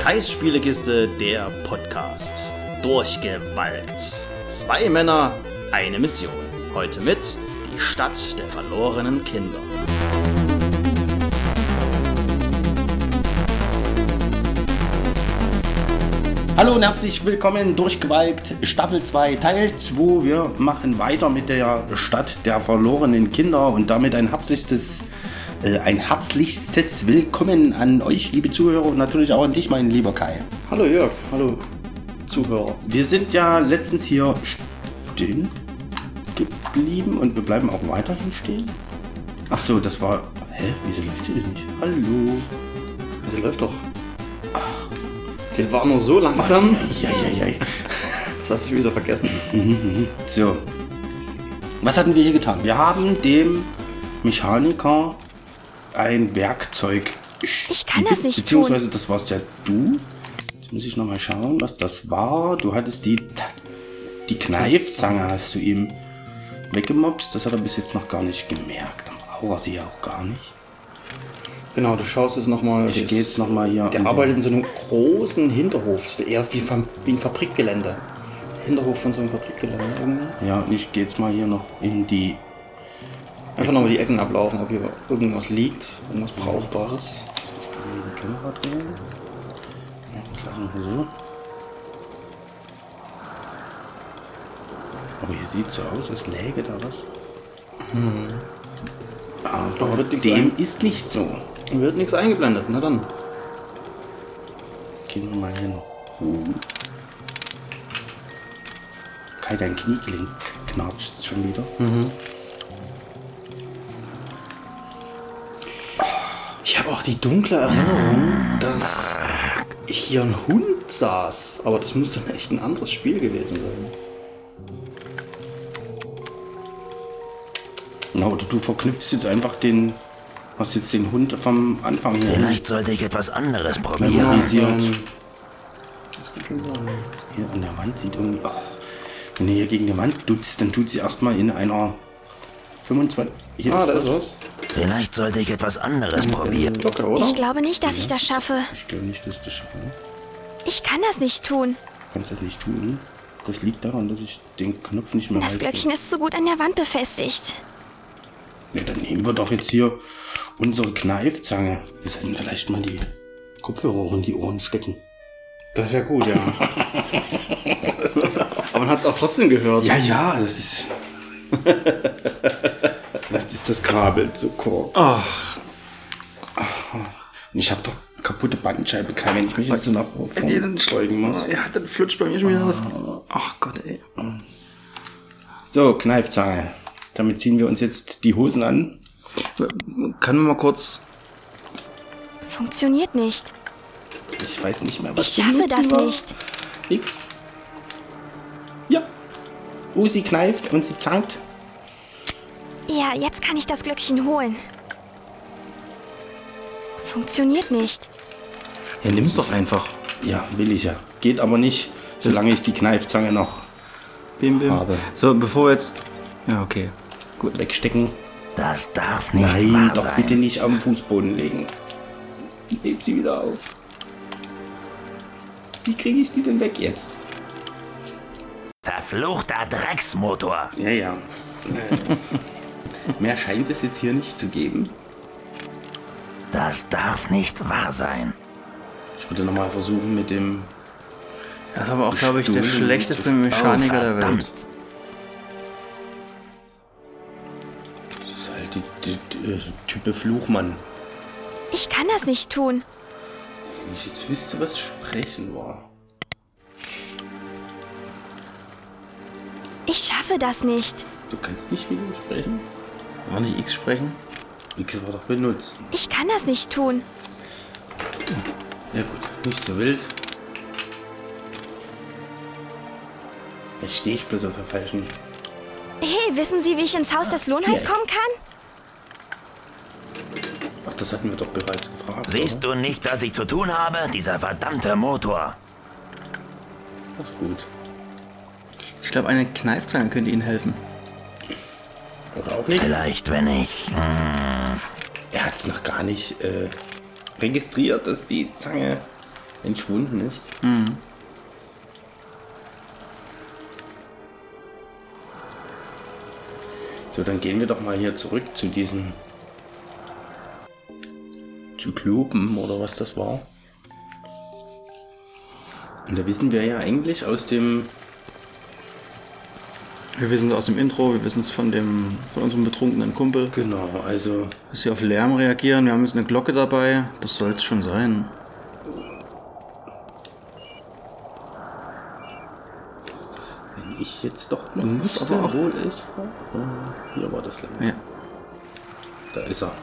Scheißspielekiste, der Podcast. Durchgewalkt. 2 Männer, eine Mission. Heute mit die Stadt der verlorenen Kinder. Hallo und herzlich willkommen, Durchgewalkt, Staffel 2, Teil 2. Wir machen weiter mit der Stadt der verlorenen Kinder und damit ein herzlichstes Willkommen an euch, liebe Zuhörer, und natürlich auch an dich, mein lieber Kai. Hallo Jörg, hallo Zuhörer. Wir sind ja letztens hier stehen geblieben und wir bleiben auch weiterhin stehen. Ach so, das war... Hä? Wieso läuft sie denn nicht? Hallo? Sie läuft doch. Sie war nur so langsam. Ja. Das hast du wieder vergessen. So. Was hatten wir hier getan? Wir haben dem Mechaniker ein Werkzeug Ich kann das nicht beziehungsweise tun. Das warst ja du. Jetzt muss ich nochmal schauen, was das war. Du hattest die Kneifzange, hast du ihm weggemobst. Das hat er bis jetzt noch gar nicht gemerkt. Dann braucht er sie ja auch gar nicht. Genau, du schaust es nochmal. Ich gehe jetzt nochmal hier. Der arbeitet in so einem großen Hinterhof. Das ist eher wie ein Fabrikgelände. Hinterhof von so einem Fabrikgelände irgendwie. Ja, und ich gehe jetzt mal hier noch in die... Einfach nochmal die Ecken ablaufen, ob hier irgendwas liegt. Irgendwas Brauchbares. Ich kann hier die Kamera drehen. Ja, das lassen wir so. Aber hier sieht so aus, als läge da was. Aber dem ist nicht so. Wird nichts eingeblendet, na dann. Gehen wir mal hier noch hoch. Kai, dein Kniegelenk knatscht schon wieder. Ich habe auch die dunkle Erinnerung, dass hier ein Hund saß. Aber das muss dann echt ein anderes Spiel gewesen sein. Na, oder du verknüpfst jetzt einfach hast jetzt den Hund vom Anfang her. Vielleicht sollte ich etwas anderes probieren. Memoisiert. Das kann schon sein. Hier an der Wand sieht irgendwie... Oh, wenn du hier gegen die Wand dutzt, dann tut sie erstmal in einer 25... Hier Da ist ist was. Vielleicht sollte ich etwas anderes probieren. Glocke, oder? Ich glaube nicht, dass ich das schaffe. Ich glaube nicht, dass du das schaffen. Ich kann das nicht tun. Du kannst das nicht tun. Das liegt daran, dass ich den Knopf nicht mehr Das weiß. Glöckchen ist so gut an der Wand befestigt. Ja, dann nehmen wir doch jetzt hier unsere Kneifzange. Wir sollten vielleicht mal die Kopfhörer auch in die Ohren stecken. Das wäre gut, ja. Aber man hat es auch trotzdem gehört. Ja, das ist... Jetzt ist das Kabel zu kurz. Und ich habe doch kaputte Bandscheibe, wenn ich mich jetzt so nach vorne beugen muss. Ja, dann flutscht bei mir schon wieder das... Ach Gott, ey. So, Kneifzange. Damit ziehen wir uns jetzt die Hosen an. Können wir mal kurz... Funktioniert nicht. Ich weiß nicht mehr, was Ich schaffe das war. nicht. Nix. Ja. Sie kneift und sie zankt. Ja, jetzt kann ich das Glöckchen holen. Funktioniert nicht. Ja, nimm's doch einfach. Ja, will ich ja. Geht aber nicht, solange ich die Kneifzange noch Bim. habe. So, bevor wir jetzt... Ja, okay. Gut, wegstecken. Das darf nicht Nein, wahr doch sein. bitte nicht am Fußboden legen. Heb sie wieder auf. Wie kriege ich die denn weg jetzt? Verfluchter Drecksmotor. Ja. Mehr scheint es jetzt hier nicht zu geben. Das darf nicht wahr sein. Ich würde nochmal versuchen mit dem... Das ist aber auch, glaube ich, der Stuhl. schlechteste Mechaniker der Verdammt. Welt. Das ist halt die Type Fluchmann. Ich kann das nicht tun. Wenn ich jetzt wüsste, was Sprechen war. Ich schaffe das nicht. Du kannst nicht mit ihm sprechen? War nicht X sprechen? X war doch benutzen. Ich kann das nicht tun. Ja gut, nicht so wild. Jetzt stehe ich bloß auf der falschen... Hey, wissen Sie, wie ich ins Haus des Lohnheiß kommen kann? Ach, das hatten wir doch bereits gefragt. Siehst du nicht, dass ich zu tun habe? Dieser verdammte Motor. Das ist gut. Ich glaube, eine Kneifzange könnte Ihnen helfen. Oder auch nicht. Vielleicht, wenn ich... Er hat es noch gar nicht registriert, dass die Zange entschwunden ist. So, dann gehen wir doch mal hier zurück zu diesen Zyklopen oder was das war. Und da wissen wir ja eigentlich aus dem... Wir wissen es aus dem Intro, wir wissen es von unserem betrunkenen Kumpel. Genau, also... Dass sie auf Lärm reagieren. Wir haben jetzt eine Glocke dabei. Das soll es schon sein. Wenn ich jetzt doch mal wüsste, aber auch- wo es ist. Hier war das lang. Ja. Da ist er.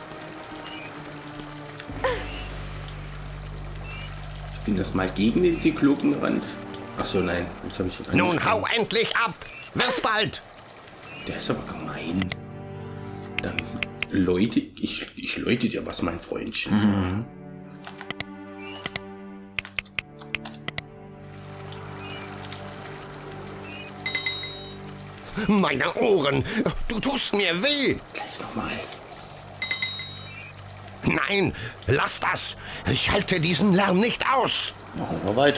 Ich bin das mal gegen den Zyklopen gerannt. Achso, nein. Jetzt habe ich ihn Nun angesprochen. hau endlich ab! Wird's bald! Der ist aber gemein. Dann läute ich läute dir was, mein Freundchen. Meine Ohren! Du tust mir weh! Gleich nochmal. Nein, lass das! Ich halte diesen Lärm nicht aus! Machen wir weiter.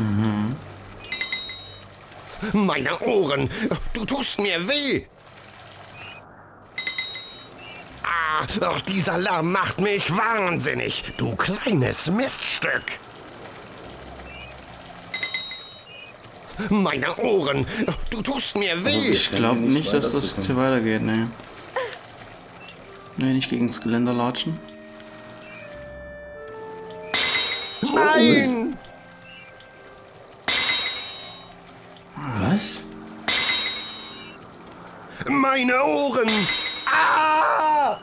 Meine Ohren! Du tust mir weh! Ach, dieser Lärm macht mich wahnsinnig! Du kleines Miststück! Meine Ohren! Du tust mir weh! Ich glaube nicht, dass das jetzt hier weitergeht, ne. Nee, nicht gegen das Geländer latschen. Nein! Was? Meine Ohren! Ah!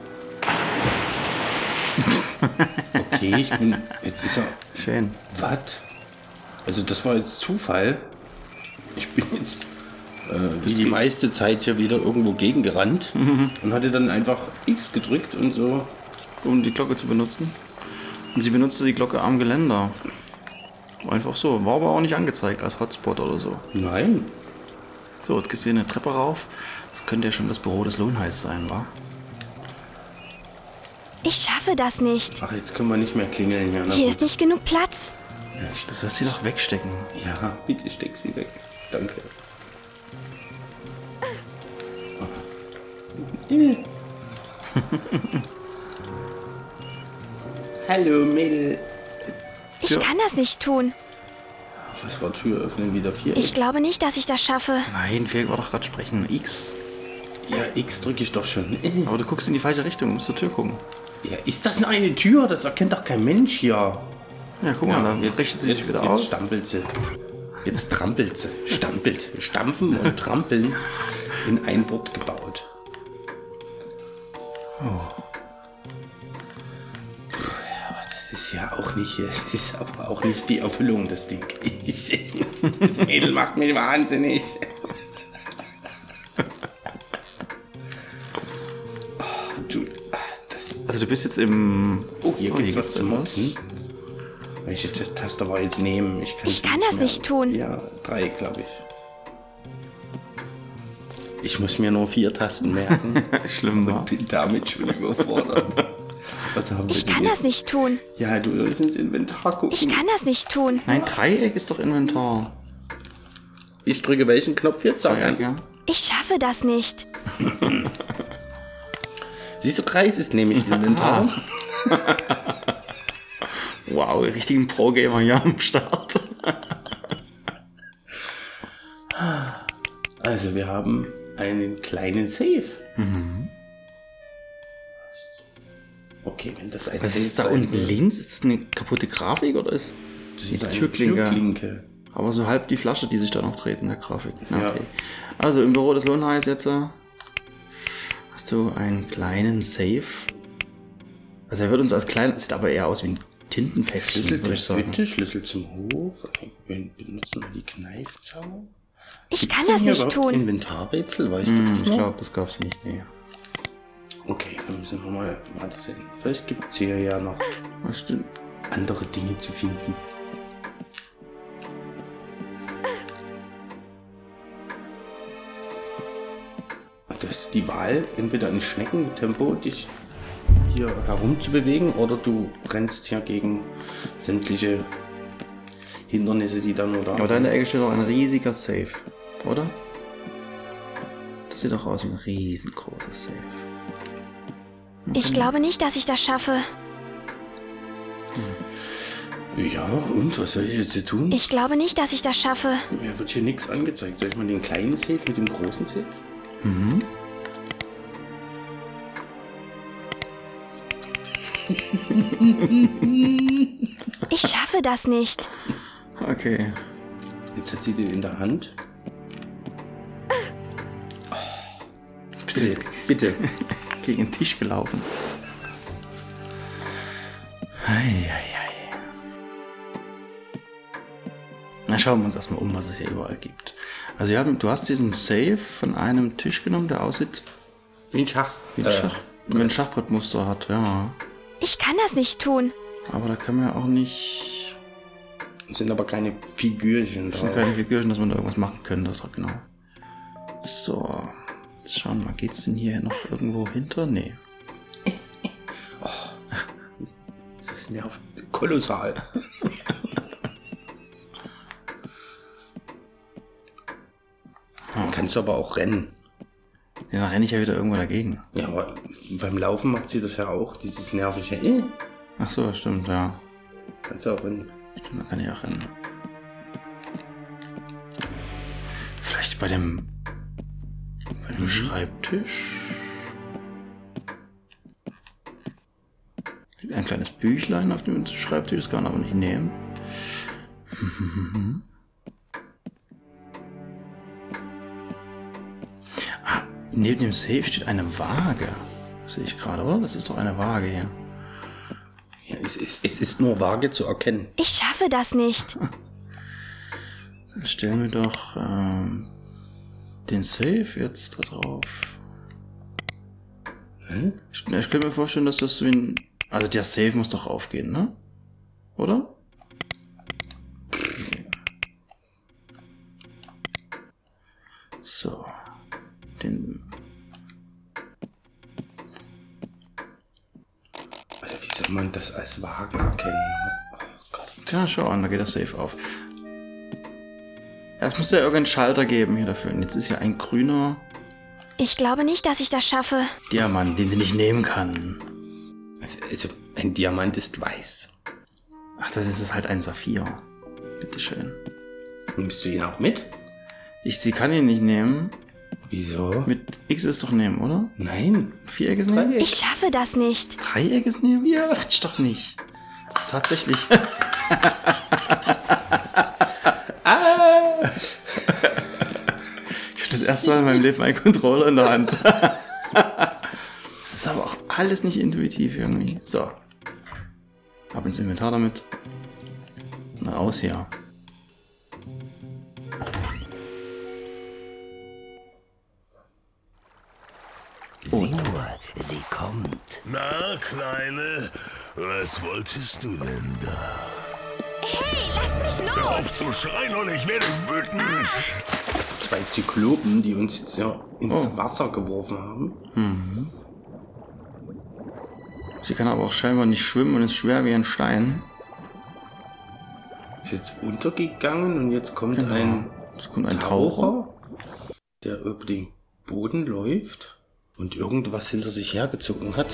Okay, ich bin... Jetzt ist er... Schön. Was? Also das war jetzt Zufall. Ich bin jetzt die meiste Zeit hier wieder irgendwo gegengerannt und hatte dann einfach X gedrückt und so. Um die Glocke zu benutzen. Und sie benutzte die Glocke am Geländer. Einfach so. War aber auch nicht angezeigt als Hotspot oder so. Nein. So, jetzt gehst du hier eine Treppe rauf. Das könnte ja schon das Büro des Lohnheiß sein, wa? Ich schaffe das nicht. Ach, jetzt können wir nicht mehr klingeln hier. Na Hier gut. ist nicht genug Platz. Du sollst sie doch wegstecken. Ja, bitte steck sie weg. Danke. Hallo Mädel. Ich Ja. kann das nicht tun. Das war Tür öffnen wieder 4. Ich glaube nicht, dass ich das schaffe. Nein, Felix war doch gerade sprechen. X. Ja, X drücke ich doch schon. Aber du guckst in die falsche Richtung. Du musst zur Tür gucken. Ja, ist das eine Tür? Das erkennt doch kein Mensch hier. Ja, guck mal, da richtet sie sich wieder jetzt aus. stampelt sie. Jetzt trampelt sie. Stampelt. Stampfen und trampeln in ein Wort gebaut. Aber das ist ja auch nicht, es ist aber auch nicht die Erfüllung, das Ding. Das Mädel macht mich wahnsinnig. Oh, du, das, Also du bist jetzt im... oh, hier gibt's was zu was. mopsen. Welche Taste war jetzt nehmen? Ich kann das nicht tun. Ja, 3, glaube ich. Ich muss mir nur 4 Tasten merken. Schlimm, wa? Und bin damit schon überfordert. Was haben wir Ich denn kann jetzt? das nicht tun. Ja, du sollst ins Inventar gucken. Ich kann das nicht tun. Nein, Dreieck ist doch Inventar. Ich drücke welchen Knopf jetzt? Sag Dreieck, an. ja. Ich schaffe das nicht. Siehst du, Kreis ist nämlich Inventar. Wow, richtigen Pro-Gamer hier am Start. Also, wir haben einen kleinen Safe. Okay, wenn das ein Was Safe ist da sein unten soll. links? Ist das eine kaputte Grafik oder ist Das die ist eine Türklinke? Türklinke. Aber so halb die Flasche, die sich da noch dreht in der Grafik. Na, Ja. okay. Also im Büro des Lohnheiß jetzt hast du einen kleinen Safe. Also er wird uns als klein, sieht aber eher aus wie ein Tintenfässchen, Schlüssel würde der ich sagen. Hütte, Schlüssel zum Hof. Wir benutzen wir die Kneifzange. Ich Gibt's kann denn das hier nicht überhaupt tun. Inventarrätsel, weißt du das Ich noch? glaube, das gab es nicht. Nee. Okay, dann müssen wir mal sehen. Vielleicht gibt es hier ja noch Was stimmt? andere Dinge zu finden. Das ist die Wahl, entweder in Schneckentempo dich hier herumzubewegen oder du rennst hier gegen sämtliche Hindernisse, die dann nur da Aber da in der Ecke steht doch ein riesiger Safe, oder? Das sieht doch aus wie ein riesengroßer Safe. Ich glaube nicht, dass ich das schaffe. Ja, und was soll ich jetzt hier tun? Ich glaube nicht, dass ich das schaffe. Mir wird hier nichts angezeigt. Soll ich mal den kleinen Safe mit dem großen Safe? Mhm. Ich schaffe das nicht. Okay. Jetzt hat sie den in der Hand. Bitte, bitte. Gegen den Tisch gelaufen. Eieiei. Na, schauen wir uns erstmal um, was es hier überall gibt. Also du hast diesen Safe von einem Tisch genommen, der aussieht Wie ein Schach. wie ein Schachbrettmuster hat, ja. Ich kann das nicht tun. Aber da kann man ja auch nicht... Es sind aber keine Figürchen Das sind drauf. keine Figürchen, dass man da irgendwas machen könnte. Das genau. So, jetzt schauen wir mal. Geht's denn hier noch irgendwo hinter? Nee. Das nervt kolossal. Dann kannst du aber auch rennen. Ja, dann renne ich ja wieder irgendwo dagegen. Ja, aber beim Laufen macht sie das ja auch, dieses nervige. Ach so, stimmt, ja. Kannst du auch rennen. Stimmt, da kann ich auch rennen. Vielleicht bei dem Schreibtisch. Ein kleines Büchlein auf dem Schreibtisch, das kann man aber nicht nehmen. Neben dem Safe steht eine Waage. Sehe ich gerade, oder? Das ist doch eine Waage hier. Ja, es ist nur vage zu erkennen. Ich schaffe das nicht. Dann stellen wir doch den Safe jetzt da drauf. Hm? Ich kann mir vorstellen, dass das so ein... Also der Safe muss doch aufgehen, ne? Oder? So. Den... Also wie soll man das als vage erkennen? Oh Gott. Ja, schau an, da geht das Safe auf. Ja, es muss ja irgendeinen Schalter geben hier dafür. Und jetzt ist hier ein grüner Ich glaube nicht, dass ich das schaffe. Diamant, den sie nicht nehmen kann. Also ein Diamant ist weiß. Ach, das ist halt ein Saphir. Bitteschön. Nimmst du ihn auch mit? Sie kann ihn nicht nehmen. Wieso? Mit X ist doch nehmen, oder? Nein. Viereckes nehmen? Ich schaffe das nicht. Dreieckes nehmen? Ja. Quatsch doch nicht. Tatsächlich. Ich habe das erste Mal in meinem Leben einen Controller in der Hand. Das ist aber auch alles nicht intuitiv irgendwie. So. Ab ins Inventar damit. Na, aus hier. Sieh nur, sie kommt. Na, Kleine, was wolltest du denn da? Hey, lass mich Hör los! auf zu schreien oder ich werde wütend. Zwei Zyklopen, die uns jetzt ja ins Wasser geworfen haben. Sie kann aber auch scheinbar nicht schwimmen und ist schwer wie ein Stein. Ist jetzt untergegangen und jetzt kommt Es kommt ein Taucher. der über den Boden läuft und irgendwas hinter sich hergezogen hat.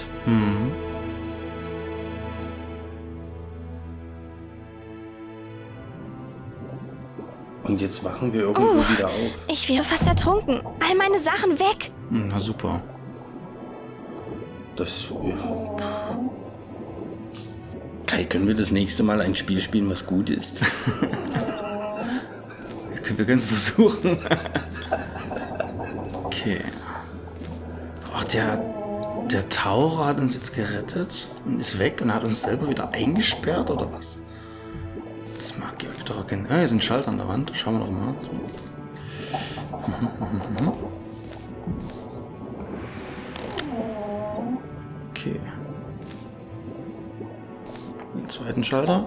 Und jetzt wachen wir irgendwo wieder auf. Ich wäre fast ertrunken. All meine Sachen weg. Na super. Das. Kai, können wir das nächste Mal ein Spiel spielen, was gut ist? Wir können es versuchen. Okay. Ach, der Taucher hat uns jetzt gerettet und ist weg und hat uns selber wieder eingesperrt, oder was? Das mag ich doch erkennen. Ah, hier sind Schalter an der Wand. Schauen wir doch mal. Okay. Den zweiten Schalter.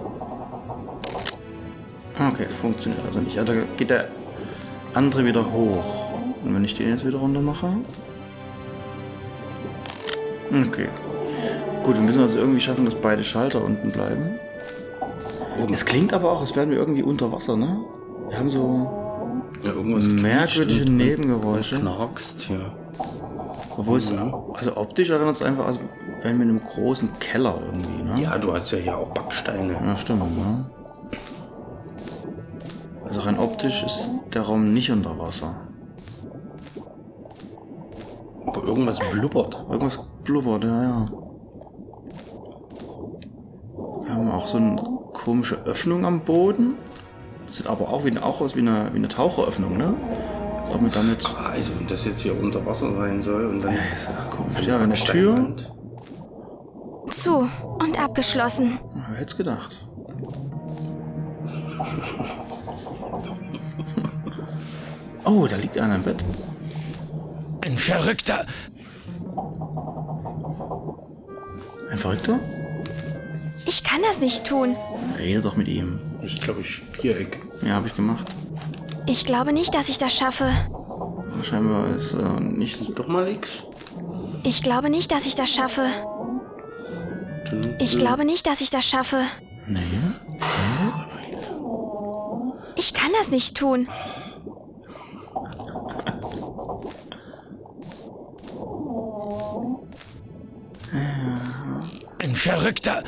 Okay, funktioniert also nicht. Also geht der andere wieder hoch. Und wenn ich den jetzt wieder runter mache. Okay. Gut, wir müssen also irgendwie schaffen, dass beide Schalter unten bleiben. Es klingt aber auch, als wären wir irgendwie unter Wasser, ne? Wir haben so irgendwas merkwürdige quietscht und Nebengeräusche. Knarkst, ja. Obwohl es, also optisch erinnert es einfach, als wären wir in einem großen Keller irgendwie, ne? Ja, du hast ja hier auch Backsteine. Ja, stimmt, ne? Also rein optisch ist der Raum nicht unter Wasser. Aber irgendwas blubbert. Irgendwas blubbert, ja. Wir haben auch so eine komische Öffnung am Boden. Das sieht aber auch aus wie eine Taucheröffnung, ne? Als ob wir damit... Also, wenn das jetzt hier unter Wasser sein soll und dann... Ja, ist ja komisch. Ja, eine Tür... Zu und abgeschlossen. Wer hätte es gedacht? Oh, da liegt einer im Bett. Ein Verrückter. Ein Verrückter? Ich kann das nicht tun. Rede doch mit ihm. Ich glaube, Viereck. Ja, habe ich gemacht. Ich glaube nicht, dass ich das schaffe. Scheinbar ist nicht... Doch mal X. Ich glaube nicht, dass ich das schaffe. Ich glaube nicht, dass ich das schaffe. Nee. Ich kann das nicht tun. Ein Verrückter.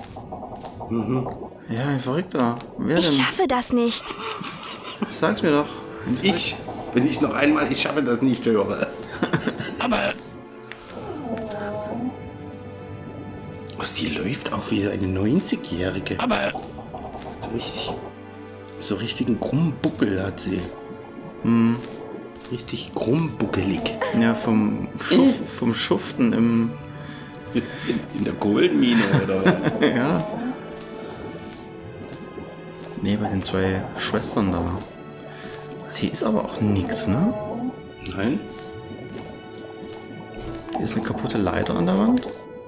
Ja, ein Verrückter. Wer Ich denn? schaffe das nicht. Sag's mir doch. Wenn ich noch einmal, ich schaffe das nicht, höre. Aber Die läuft auch wie eine 90-Jährige. aber So richtigen krummen Buckel hat sie. Richtig krummbuckelig. Ja, vom Schuften im... In der Goldmine, oder? Ja. Nee, bei den zwei Schwestern da. Also hier ist aber auch nichts, ne? Nein? Hier ist eine kaputte Leiter an der Wand.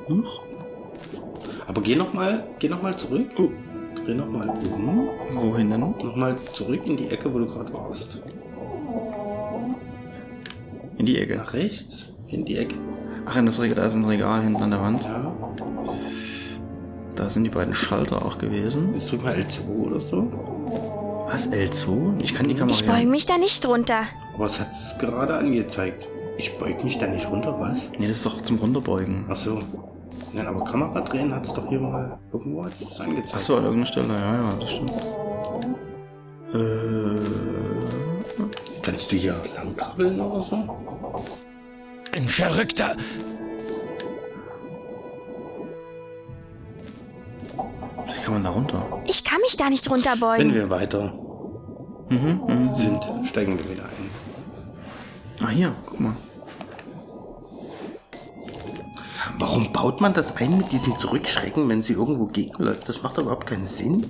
Aber geh noch mal zurück. Dreh noch mal Wohin denn? noch mal zurück in die Ecke, wo du gerade warst. In die Ecke. Nach rechts, in die Ecke. Ach, in das Regal, da ist ein Regal hinten an der Wand. Ja. Da sind die beiden Schalter auch gewesen. Jetzt drück mal L2 oder so. Was, L2? Ich kann die Kamera... Ich beuge mich da nicht runter. Aber es hat es gerade angezeigt. Ich beug mich da nicht runter, was? Nee, das ist doch zum Runterbeugen. Ach so. Nein, aber Kamera drehen hat es doch hier mal... Irgendwo hat es angezeigt. Ach so, an irgendeiner Stelle. Ja, das stimmt. Kannst du hier lang krabbeln oder so? ein Verrückter. Wie kann man da runter? Ich kann mich da nicht Wenn runterbeugen. wir weiter sind, steigen wir wieder ein. Ah, hier, guck mal. Warum baut man das ein mit diesem Zurückschrecken, wenn sie irgendwo gegenläuft? Das macht doch überhaupt keinen Sinn.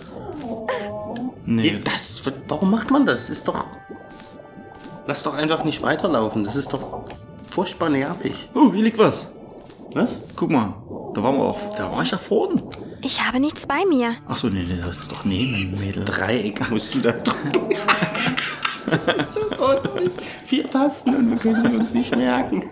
Nee, Warum macht man das? Ist doch... Lass doch einfach nicht weiterlaufen. Das ist doch furchtbar nervig. oh, hier liegt was. Was? Guck mal, da war ich ja vorne. Ich habe nichts bei mir. Ach so, nee, das ist doch neben, Mädel. Dreieck musst du da drücken. Das ist so großartig. 4 Tasten und wir können sie uns nicht merken.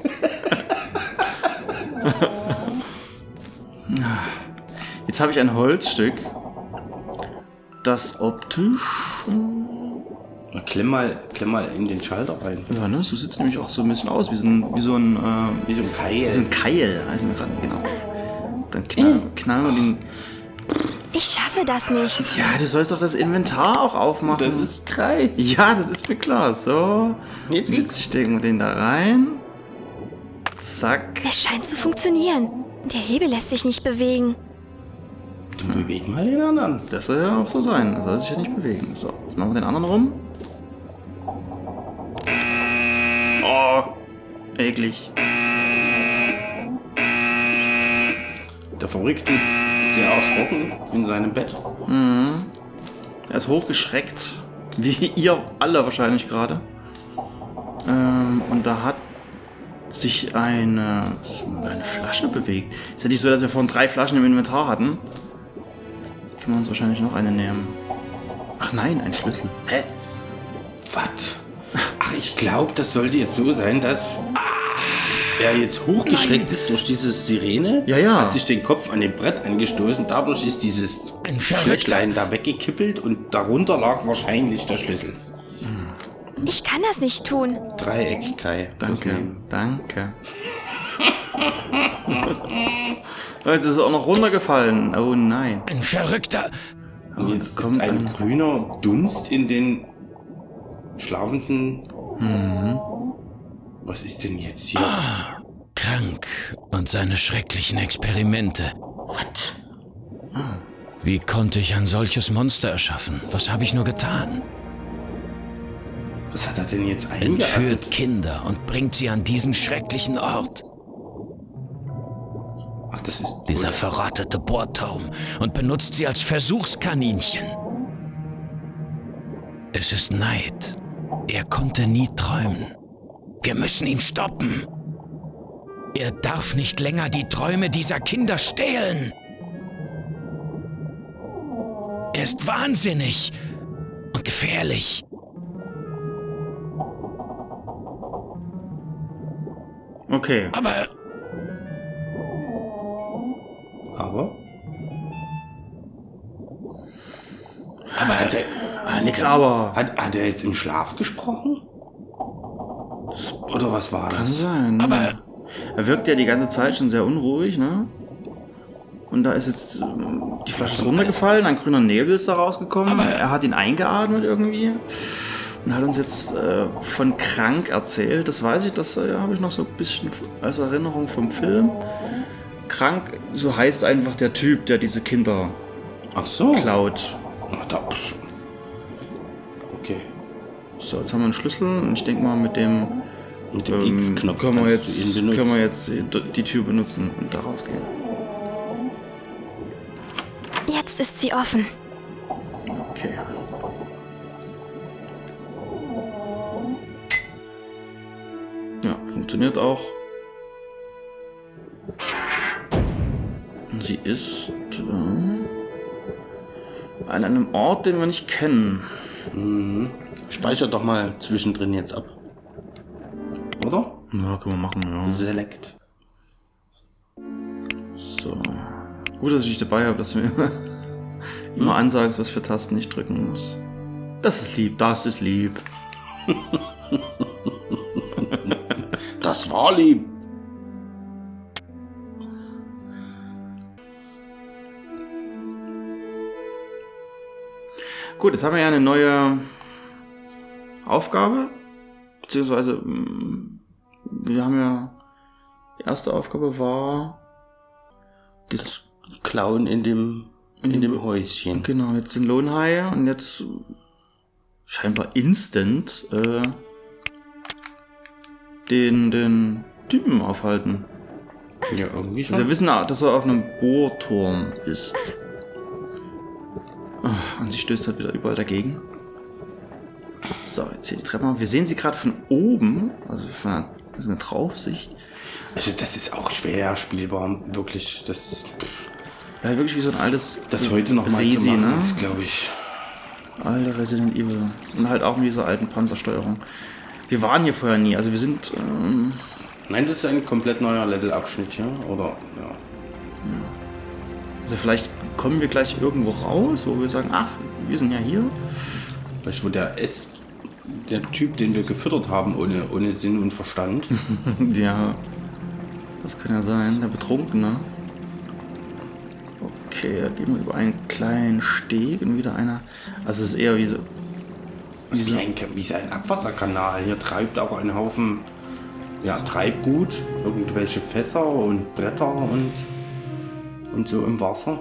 Jetzt habe ich ein Holzstück, das optisch... Na, klemm mal in den Schalter rein. Ja, ne, so sieht es nämlich auch so ein bisschen aus, wie so ein Keil. so ein Keil, heißt mir gerade genau. Dann knallen wir den... Ich schaffe das nicht. Ja, du sollst doch das Inventar auch aufmachen. Das ist Kreis. Ja, das ist mir klar. So, Jetzt jetzt stecken wir den da rein. Zack. Es scheint zu funktionieren. Der Hebel lässt sich nicht bewegen. Du beweg mal den anderen. Das soll ja auch so sein. Das soll sich ja nicht bewegen. So, jetzt machen wir den anderen rum. Oh, eklig. Der Verrückte ist sehr erschrocken in seinem Bett. Er ist hochgeschreckt. Wie ihr alle wahrscheinlich gerade. Und da hat sich eine Flasche bewegt. Ist ja nicht so, dass wir vorhin 3 Flaschen im Inventar hatten. Jetzt können wir uns wahrscheinlich noch eine nehmen. Ach nein, ein Schlüssel. Hä? Was? Ach, ich glaube, das sollte jetzt so sein, dass... er jetzt hochgeschreckt ist durch diese Sirene, Ja. hat sich den Kopf an dem Brett angestoßen, dadurch ist dieses Ein Verrückter. Flecklein da weggekippelt und darunter lag wahrscheinlich der Schlüssel. Ich kann das nicht tun. Dreieck, Kai. Danke. Jetzt ist er auch noch runtergefallen. Oh nein. Ein Verrückter. Und jetzt kommt ist ein ein- grüner Dunst in den schlafenden... Was ist denn jetzt hier? Krank und seine schrecklichen Experimente. Was? Wie konnte ich ein solches Monster erschaffen? Was habe ich nur getan? Was hat er denn jetzt eingeatmet? Entführt Kinder und bringt sie an diesen schrecklichen Ort. Ach, das ist... Dieser verrottete Bohrturm und benutzt sie als Versuchskaninchen. Es ist Neid. Er konnte nie träumen. Wir müssen ihn stoppen. Er darf nicht länger die Träume dieser Kinder stehlen. Er ist wahnsinnig und gefährlich. Okay. Aber... Hat er, Nix aber. hat er jetzt im Schlaf gesprochen? Oder was war Kann das? sein. Ne? Er wirkt ja die ganze Zeit schon sehr unruhig, ne? Und da ist jetzt die Flasche ist runtergefallen, ein grüner Nebel ist da rausgekommen. Er hat ihn eingeatmet irgendwie und hat uns jetzt von krank erzählt. Das weiß ich, das habe ich noch so ein bisschen als Erinnerung vom Film. Krank, so heißt einfach der Typ, der diese Kinder Ach so. klaut. Ach, da. Okay. So, jetzt haben wir einen Schlüssel und ich denke mal mit dem Mit dem X-Knopf können wir kannst du ihn benutzen. können wir jetzt die Tür benutzen und da rausgehen. Jetzt ist sie offen. Okay. Ja, funktioniert auch. Und sie ist an einem Ort, den wir nicht kennen. Speicher doch mal zwischendrin jetzt ab. Oder? Ja, können wir machen, ja. Select. So. Gut, dass ich dich dabei habe, dass du mir immer ansagst, was für Tasten ich drücken muss. Das ist lieb, das ist lieb. Das war lieb. Gut, jetzt haben wir ja eine neue Aufgabe. Beziehungsweise, wir haben ja... Die erste Aufgabe war... Das Klauen in dem Häuschen. Genau, jetzt den Lohnhai und jetzt scheinbar instant den Typen aufhalten. Ja, irgendwie Also wir wissen, dass er auf einem Bohrturm ist. Und sie stößt halt wieder überall dagegen. So, jetzt hier die Treppe auf. Wir sehen sie gerade von oben, also das ist eine Draufsicht. Also das ist auch schwer spielbar, wirklich. Das Ja, wirklich wie so ein altes heute noch mal zu Resi, machen, ne? ist, glaube ich. Alter Resident Evil. Und halt auch mit dieser alten Panzersteuerung. Wir waren hier vorher nie, also wir sind... Nein, das ist ein komplett neuer Levelabschnitt hier, oder? Ja. Also vielleicht kommen wir gleich irgendwo raus, wo wir sagen, ach, wir sind ja hier. Vielleicht wird der Typ, den wir gefüttert haben, ohne Sinn und Verstand. Ja, das kann ja sein, der Betrunkene. Okay, da gehen wir über einen kleinen Steg und wieder einer. Also es ist eher wie so... Wie ein Abwasserkanal. Hier treibt auch ein Haufen Treibgut, irgendwelche Fässer und Bretter und so im Wasser.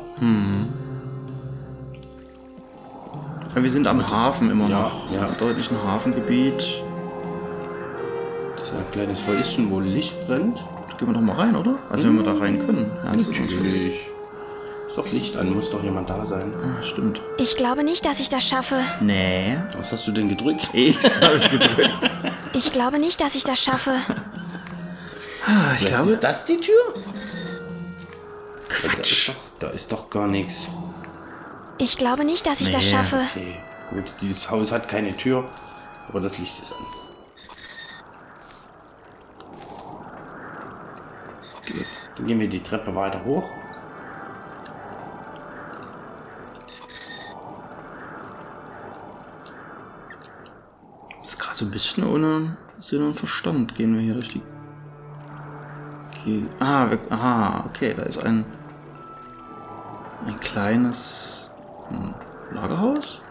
Ja, wir sind am Hafen immer ja, noch. ja. Im deutlichen Hafengebiet. Das ist ein kleines Häuschen, wo Licht brennt. Da gehen wir doch mal rein, oder? Also wenn wir da rein können. Ja, das ist schon so. Natürlich. Ist doch Licht an, muss doch jemand da sein. Ah, stimmt. Ich glaube nicht, dass ich das schaffe. Nee. Was hast du denn gedrückt? X habe ich gedrückt. Ich glaube nicht, dass ich das schaffe. Ich glaube... Ist das die Tür? Quatsch. Da ist doch gar nichts. Ich glaube nicht, dass ich das Nee. schaffe. Okay, gut. Dieses Haus hat keine Tür, aber das Licht ist an. Dann gehen wir die Treppe weiter hoch. Das ist gerade so ein bisschen ohne Sinn und Verstand. Gehen wir hier durch die... Okay. Okay, da ist ein kleines Lagerhaus.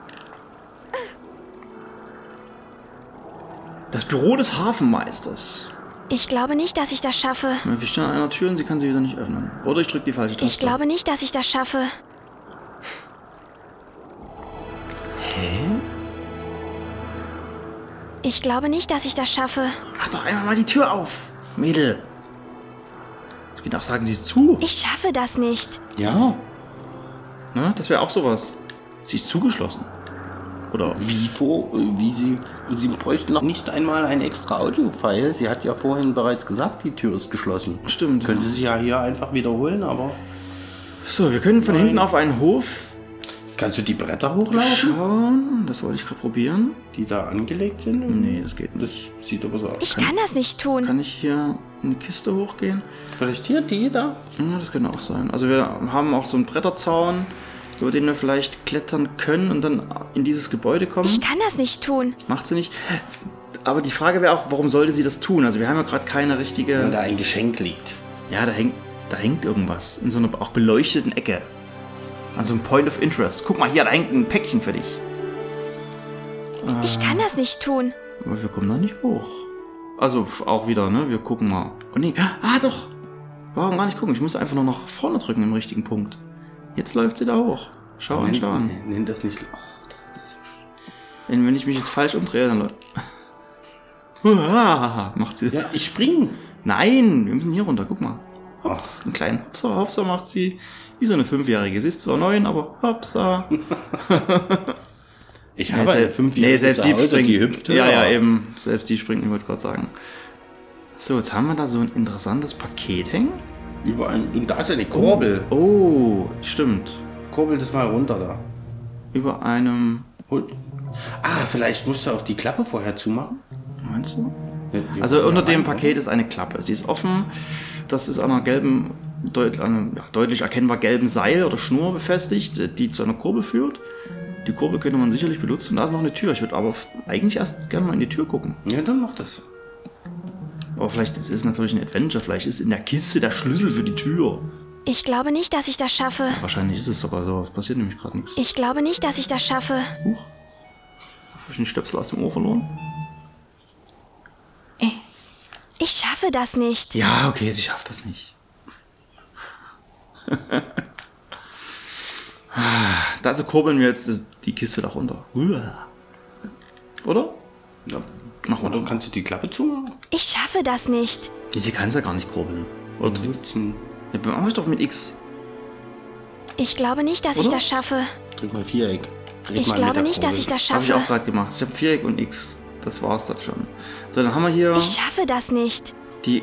Das Büro des Hafenmeisters. Ich glaube nicht, dass ich das schaffe. Wir stehen an einer Tür und sie kann sie wieder nicht öffnen. Oder ich drücke die falsche Taste. Ich glaube nicht, dass ich das schaffe. Hä? Ich glaube nicht, dass ich das schaffe. Mach doch einmal mal die Tür auf, Mädel. Ich kann auch sagen, sie ist zu. Ich schaffe das nicht. Ja. Ne? Das wäre auch sowas. Sie ist zugeschlossen. Oder Sie bräuchten noch nicht einmal ein extra Audio-File. Sie hat ja vorhin bereits gesagt, die Tür ist geschlossen. Stimmt. Könnte sie ja hier einfach wiederholen, aber... So, wir können von hinten auf einen Hof Kannst du die Bretter hochlaufen, schauen. Das wollte ich gerade probieren. die da angelegt sind? Nee, das geht nicht. Das sieht aber so aus. Ich kann das nicht tun. Kann ich hier in die Kiste hochgehen? Vielleicht hier, die da? Ja, das könnte auch sein. Also wir haben auch so einen Bretterzaun, über den wir vielleicht klettern können und dann in dieses Gebäude kommen. Ich kann das nicht tun. Macht sie nicht. Aber die Frage wäre auch, warum sollte sie das tun? Also wir haben ja gerade keine richtige... Wenn da ein Geschenk liegt. Ja, da hängt irgendwas. In so einer auch beleuchteten Ecke. An so einem Point of Interest. Guck mal, hier, da hängt ein Päckchen für dich. Ich kann das nicht tun. Aber wir kommen da nicht hoch. Also auch wieder, ne? Wir gucken mal. Oh nee, doch. Warum gar nicht gucken? Ich muss einfach nur nach vorne drücken im richtigen Punkt. Jetzt läuft sie da hoch. Schau an. Nenn das nicht... Wenn ich mich jetzt falsch umdrehe, dann macht sie. Ja, ich spring. Nein, wir müssen hier runter. Guck mal. Hops, einen kleinen Hopser macht sie. Wie so eine 5-Jährige. Sie ist zwar 9, aber Hopsa. Ich habe eine 5-Jährige Nee, selbst die springt. die hüpft. Ja, eben. Selbst die springt, ich wollte es gerade sagen. So, jetzt haben wir da so ein interessantes Paket hängen. Und da ist eine Kurbel. Oh, stimmt. Kurbel das mal runter da. Über einem... Vielleicht musst du auch die Klappe vorher zumachen. Meinst du? Ja, Also unter dem Paket ist eine Klappe. Sie ist offen. Das ist an einer gelben, deutlich erkennbar gelben Seil oder Schnur befestigt, die zu einer Kurbel führt. Die Kurbel könnte man sicherlich benutzen. Da ist noch eine Tür. Ich würde aber eigentlich erst gerne mal in die Tür gucken. Ja, dann mach das. Aber vielleicht ist es natürlich ein Adventure. Vielleicht ist in der Kiste der Schlüssel für die Tür. Ich glaube nicht, dass ich das schaffe. Wahrscheinlich ist es sogar so. Es passiert nämlich gerade nichts. Ich glaube nicht, dass ich das schaffe. Huch. Habe ich einen Stöpsel aus dem Ohr verloren? Ich schaffe das nicht. Ja, okay, sie schafft das nicht. Also kurbeln wir jetzt die Kiste da runter. Oder? Ja. Mach mal. Oder kannst du die Klappe zumachen? Ich schaffe das nicht. Sie kann es ja gar nicht kurbeln. Oder Drücken. Ja, mach ich doch mit X. Ich glaube nicht, dass ich Oder? das schaffe. Drück mal Viereck. Ich glaube nicht, dass ich das Habe ich schaffe. auch gerade gemacht. Ich habe Viereck und X. Das war's dann schon. So, dann haben wir hier Ich schaffe das nicht. die...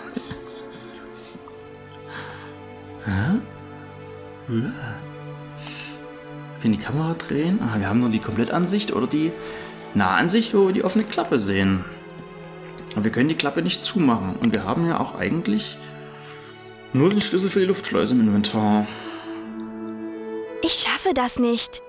Hä? Wir können die Kamera drehen. Wir haben nur die Komplettansicht oder die Nahansicht, wo wir die offene Klappe sehen. Aber wir können die Klappe nicht zumachen. Und wir haben ja auch eigentlich nur den Schlüssel für die Luftschleuse im Inventar. Ich schaffe das nicht.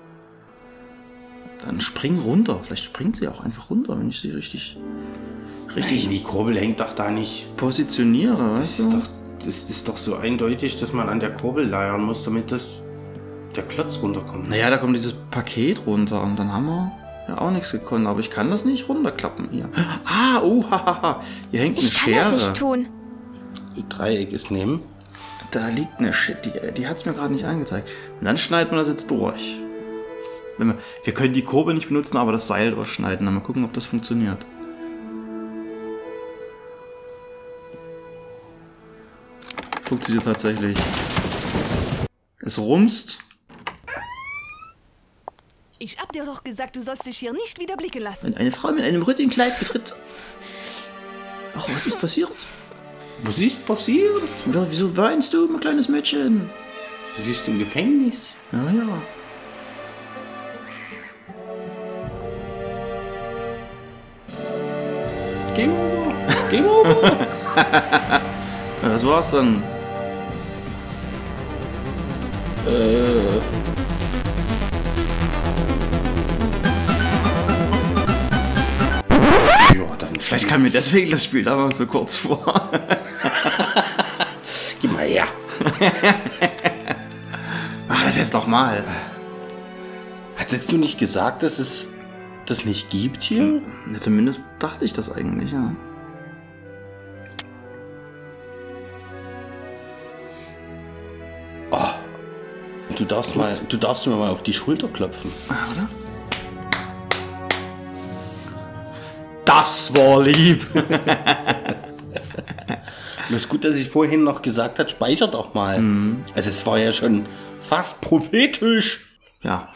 Dann spring runter. Vielleicht springt sie auch einfach runter, wenn ich sie richtig Die Kurbel hängt doch da nicht. positioniere. Weißt du? Das ist doch so eindeutig, dass man an der Kurbel leiern muss, damit der Klotz runterkommt. Naja, da kommt dieses Paket runter und dann haben wir ja auch nichts gekonnt. Aber ich kann das nicht runterklappen hier. Hier hängt eine Ich kann Schere. das nicht tun. Dreieck ist nehmen. Da liegt eine Schere. Die hat es mir gerade nicht angezeigt. Und dann schneiden wir das jetzt durch. Wir können die Kurbel nicht benutzen, aber das Seil durchschneiden. Dann mal gucken, ob das funktioniert. Funktioniert tatsächlich. Es rumst. Ich hab dir doch gesagt, du sollst dich hier nicht wieder blicken lassen. Wenn eine Frau mit einem Rötchenkleid betritt. Ach, was ist passiert? Was ist passiert? Wieso weinst du, mein kleines Mädchen? Du bist im Gefängnis. Ja, ja. Game over. Game over. Ja, das war's dann. Ja, dann Vielleicht kam mir deswegen das Spiel damals so kurz vor. Gib mal her. Mach das jetzt doch mal. Hattest du nicht gesagt, dass es das nicht gibt hier? Ja, zumindest dachte ich das eigentlich, ja. Du darfst mir mal auf die Schulter klopfen. Oder? Das war lieb. Das ist gut, dass ich vorhin noch gesagt habe, speicher doch mal. Also es war ja schon fast prophetisch. Ja.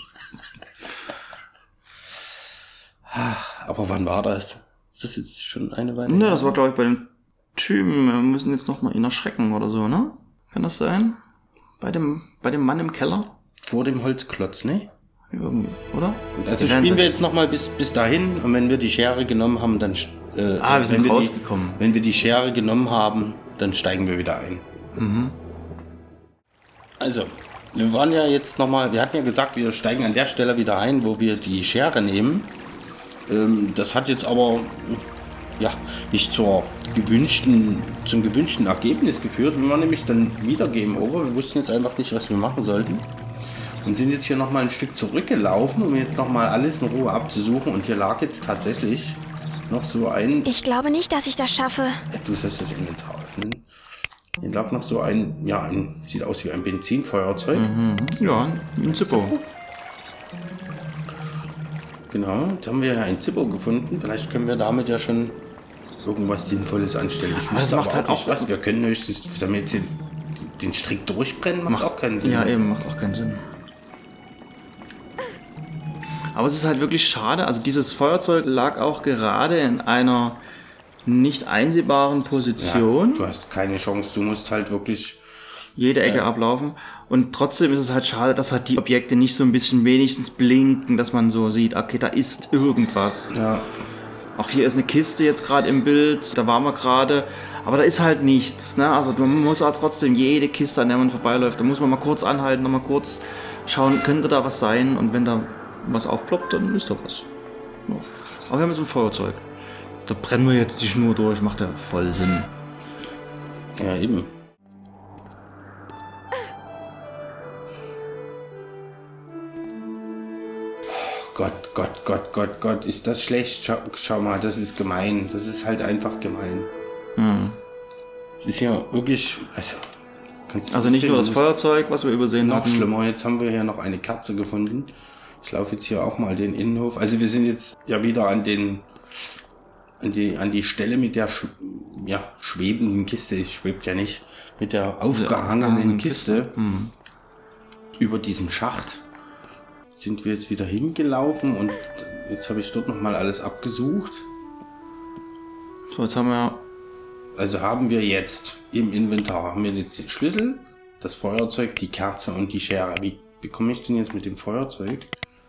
Aber wann war das? Ist das jetzt schon eine Weile? Ne, das war, glaube ich, bei dem Typen. Wir müssen jetzt noch mal ihn erschrecken oder so, ne? Kann das sein? Bei dem Mann im Keller? Vor dem Holzklotz, ne? Irgendwie, oder? Also spielen wir jetzt noch mal bis dahin und wenn wir die Schere genommen haben, dann... wir sind rausgekommen. Wenn wir die Schere genommen haben, dann steigen wir wieder ein. Also, wir waren ja jetzt noch mal... Wir hatten ja gesagt, wir steigen an der Stelle wieder ein, wo wir die Schere nehmen. Das hat jetzt aber... Ja, nicht zum gewünschten Ergebnis geführt. Wir waren nämlich dann wieder Game Over. Wir wussten jetzt einfach nicht, was wir machen sollten. Und sind jetzt hier nochmal ein Stück zurückgelaufen, um jetzt nochmal alles in Ruhe abzusuchen. Und hier lag jetzt tatsächlich noch so ein... Ich glaube nicht, dass ich das schaffe. Du sollst das Inventar öffnen. Hier lag noch so ein... Ja, sieht aus wie ein Benzinfeuerzeug. Ja, ein Zippo. Genau, jetzt haben wir ja ein Zippo gefunden. Vielleicht können wir damit ja schon irgendwas Sinnvolles anstellen. Ich das wüsste macht aber halt auch nicht auch- was. Wir können höchstens, sollen wir jetzt den Strick durchbrennen, macht auch keinen Sinn. Ja, eben, macht auch keinen Sinn. Aber es ist halt wirklich schade. Also dieses Feuerzeug lag auch gerade in einer nicht einsehbaren Position. Du hast keine Chance, du musst halt wirklich... Jede Ecke ablaufen. Und trotzdem ist es halt schade, dass halt die Objekte nicht so ein bisschen wenigstens blinken, dass man so sieht, okay, da ist irgendwas. Ja, Auch hier ist eine Kiste jetzt gerade im Bild, da waren wir gerade, aber da ist halt nichts. Ne? Also man muss halt trotzdem jede Kiste, an der man vorbeiläuft, da muss man mal kurz anhalten, noch mal kurz schauen, könnte da was sein, und wenn da was aufploppt, dann ist da was. Ja. Aber wir haben jetzt ein Feuerzeug. Da brennen wir jetzt die Schnur durch, macht ja voll Sinn. ja eben. Gott, ist das schlecht? Schau mal, das ist gemein. Das ist halt einfach gemein. Es ist ja wirklich... Also nicht nur das Feuerzeug, was wir übersehen Noch hatten. schlimmer, jetzt haben wir hier noch eine Kerze gefunden. Ich laufe jetzt hier auch mal den Innenhof. Also wir sind jetzt ja wieder an die Stelle mit der schwebenden Kiste. Es schwebt ja nicht. Mit der aufgehangenen Kiste. Über diesem Schacht sind wir jetzt wieder hingelaufen und jetzt habe ich dort nochmal alles abgesucht. So, jetzt haben wir... Also haben wir jetzt im Inventar, haben wir jetzt den Schlüssel, das Feuerzeug, die Kerze und die Schere. Wie bekomme ich denn jetzt mit dem Feuerzeug?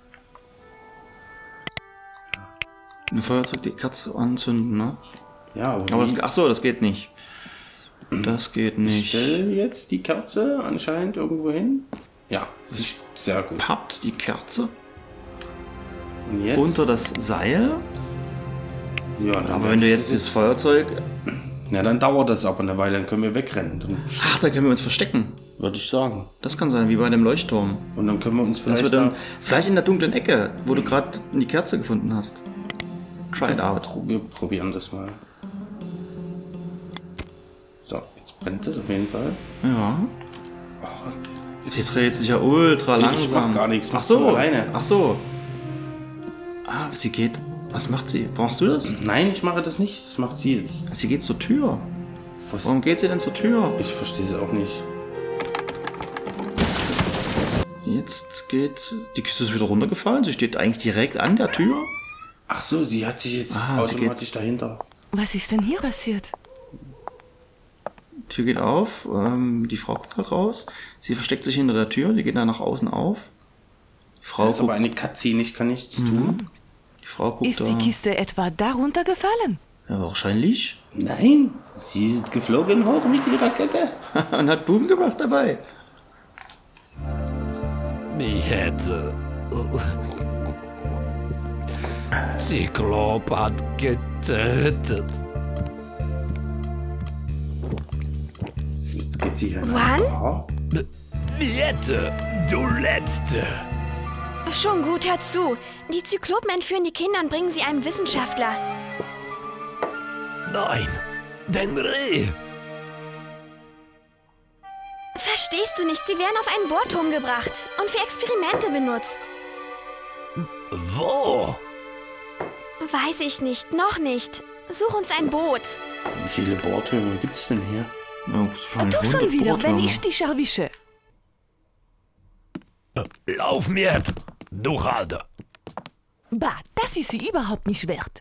Ein Feuerzeug, die Kerze anzünden, ne? Ja, Aber das, ach so, das geht nicht. Das geht Ich nicht. stelle jetzt die Kerze anscheinend irgendwo hin. Ja, sehr gut. Pappt die Kerze Und jetzt? unter das Seil. Ja, dann Aber wenn du jetzt das Feuerzeug... Ja, dann dauert das aber eine Weile, dann können wir wegrennen. Dann Ach, da können wir uns verstecken. würde ich sagen. Das kann sein, wie bei dem Leuchtturm. Und dann können wir uns Das vielleicht wird dann vielleicht in der dunklen Ecke, wo du gerade die Kerze gefunden hast. Try it out. wir probieren das mal. So, jetzt brennt das auf jeden Fall. Ja. Sie dreht sich ja ultra Nee, langsam. ich mach gar nichts, Ach mach so. von alleine. Ach so. Ah, sie geht. Was macht sie? Brauchst du das? Nein, ich mache das nicht. Das macht sie jetzt. Sie geht zur Tür. Was? Warum geht sie denn zur Tür? Ich verstehe es auch nicht. Jetzt geht... Die Kiste ist wieder runtergefallen. Sie steht eigentlich direkt an der Tür. Ach so, sie hat sich jetzt Ah, sie automatisch dahinter. Was ist denn hier passiert? Die Tür geht auf. Die Frau guckt halt raus. Sie versteckt sich hinter der Tür. Die geht dann nach außen auf. Die Frau Das ist aber guckt... eine Cutscene, ich kann nichts tun. Die Frau guckt Ist da... die Kiste etwa darunter gefallen? Ja, wahrscheinlich. Nein, sie ist geflogen hoch mit ihrer Kette. Und hat Boom gemacht dabei. Ich hätte... Zyklop hat getötet. Jetzt geht sie hier One? Jette, du Letzte. Schon gut, hört zu. Die Zyklopen entführen die Kinder und bringen sie einem Wissenschaftler. Nein, den Reh. Verstehst du nicht? Sie werden auf einen Bohrturm gebracht und für Experimente benutzt. Wo? Weiß ich nicht, noch nicht. Such uns ein Boot. Wie viele Bohrtürme gibt's denn hier? Ja, schon Du schon 100 wieder, wenn Bohrtürme. ich dich erwische. Lauf mir jetzt, du Halter. Bah, das ist sie überhaupt nicht wert.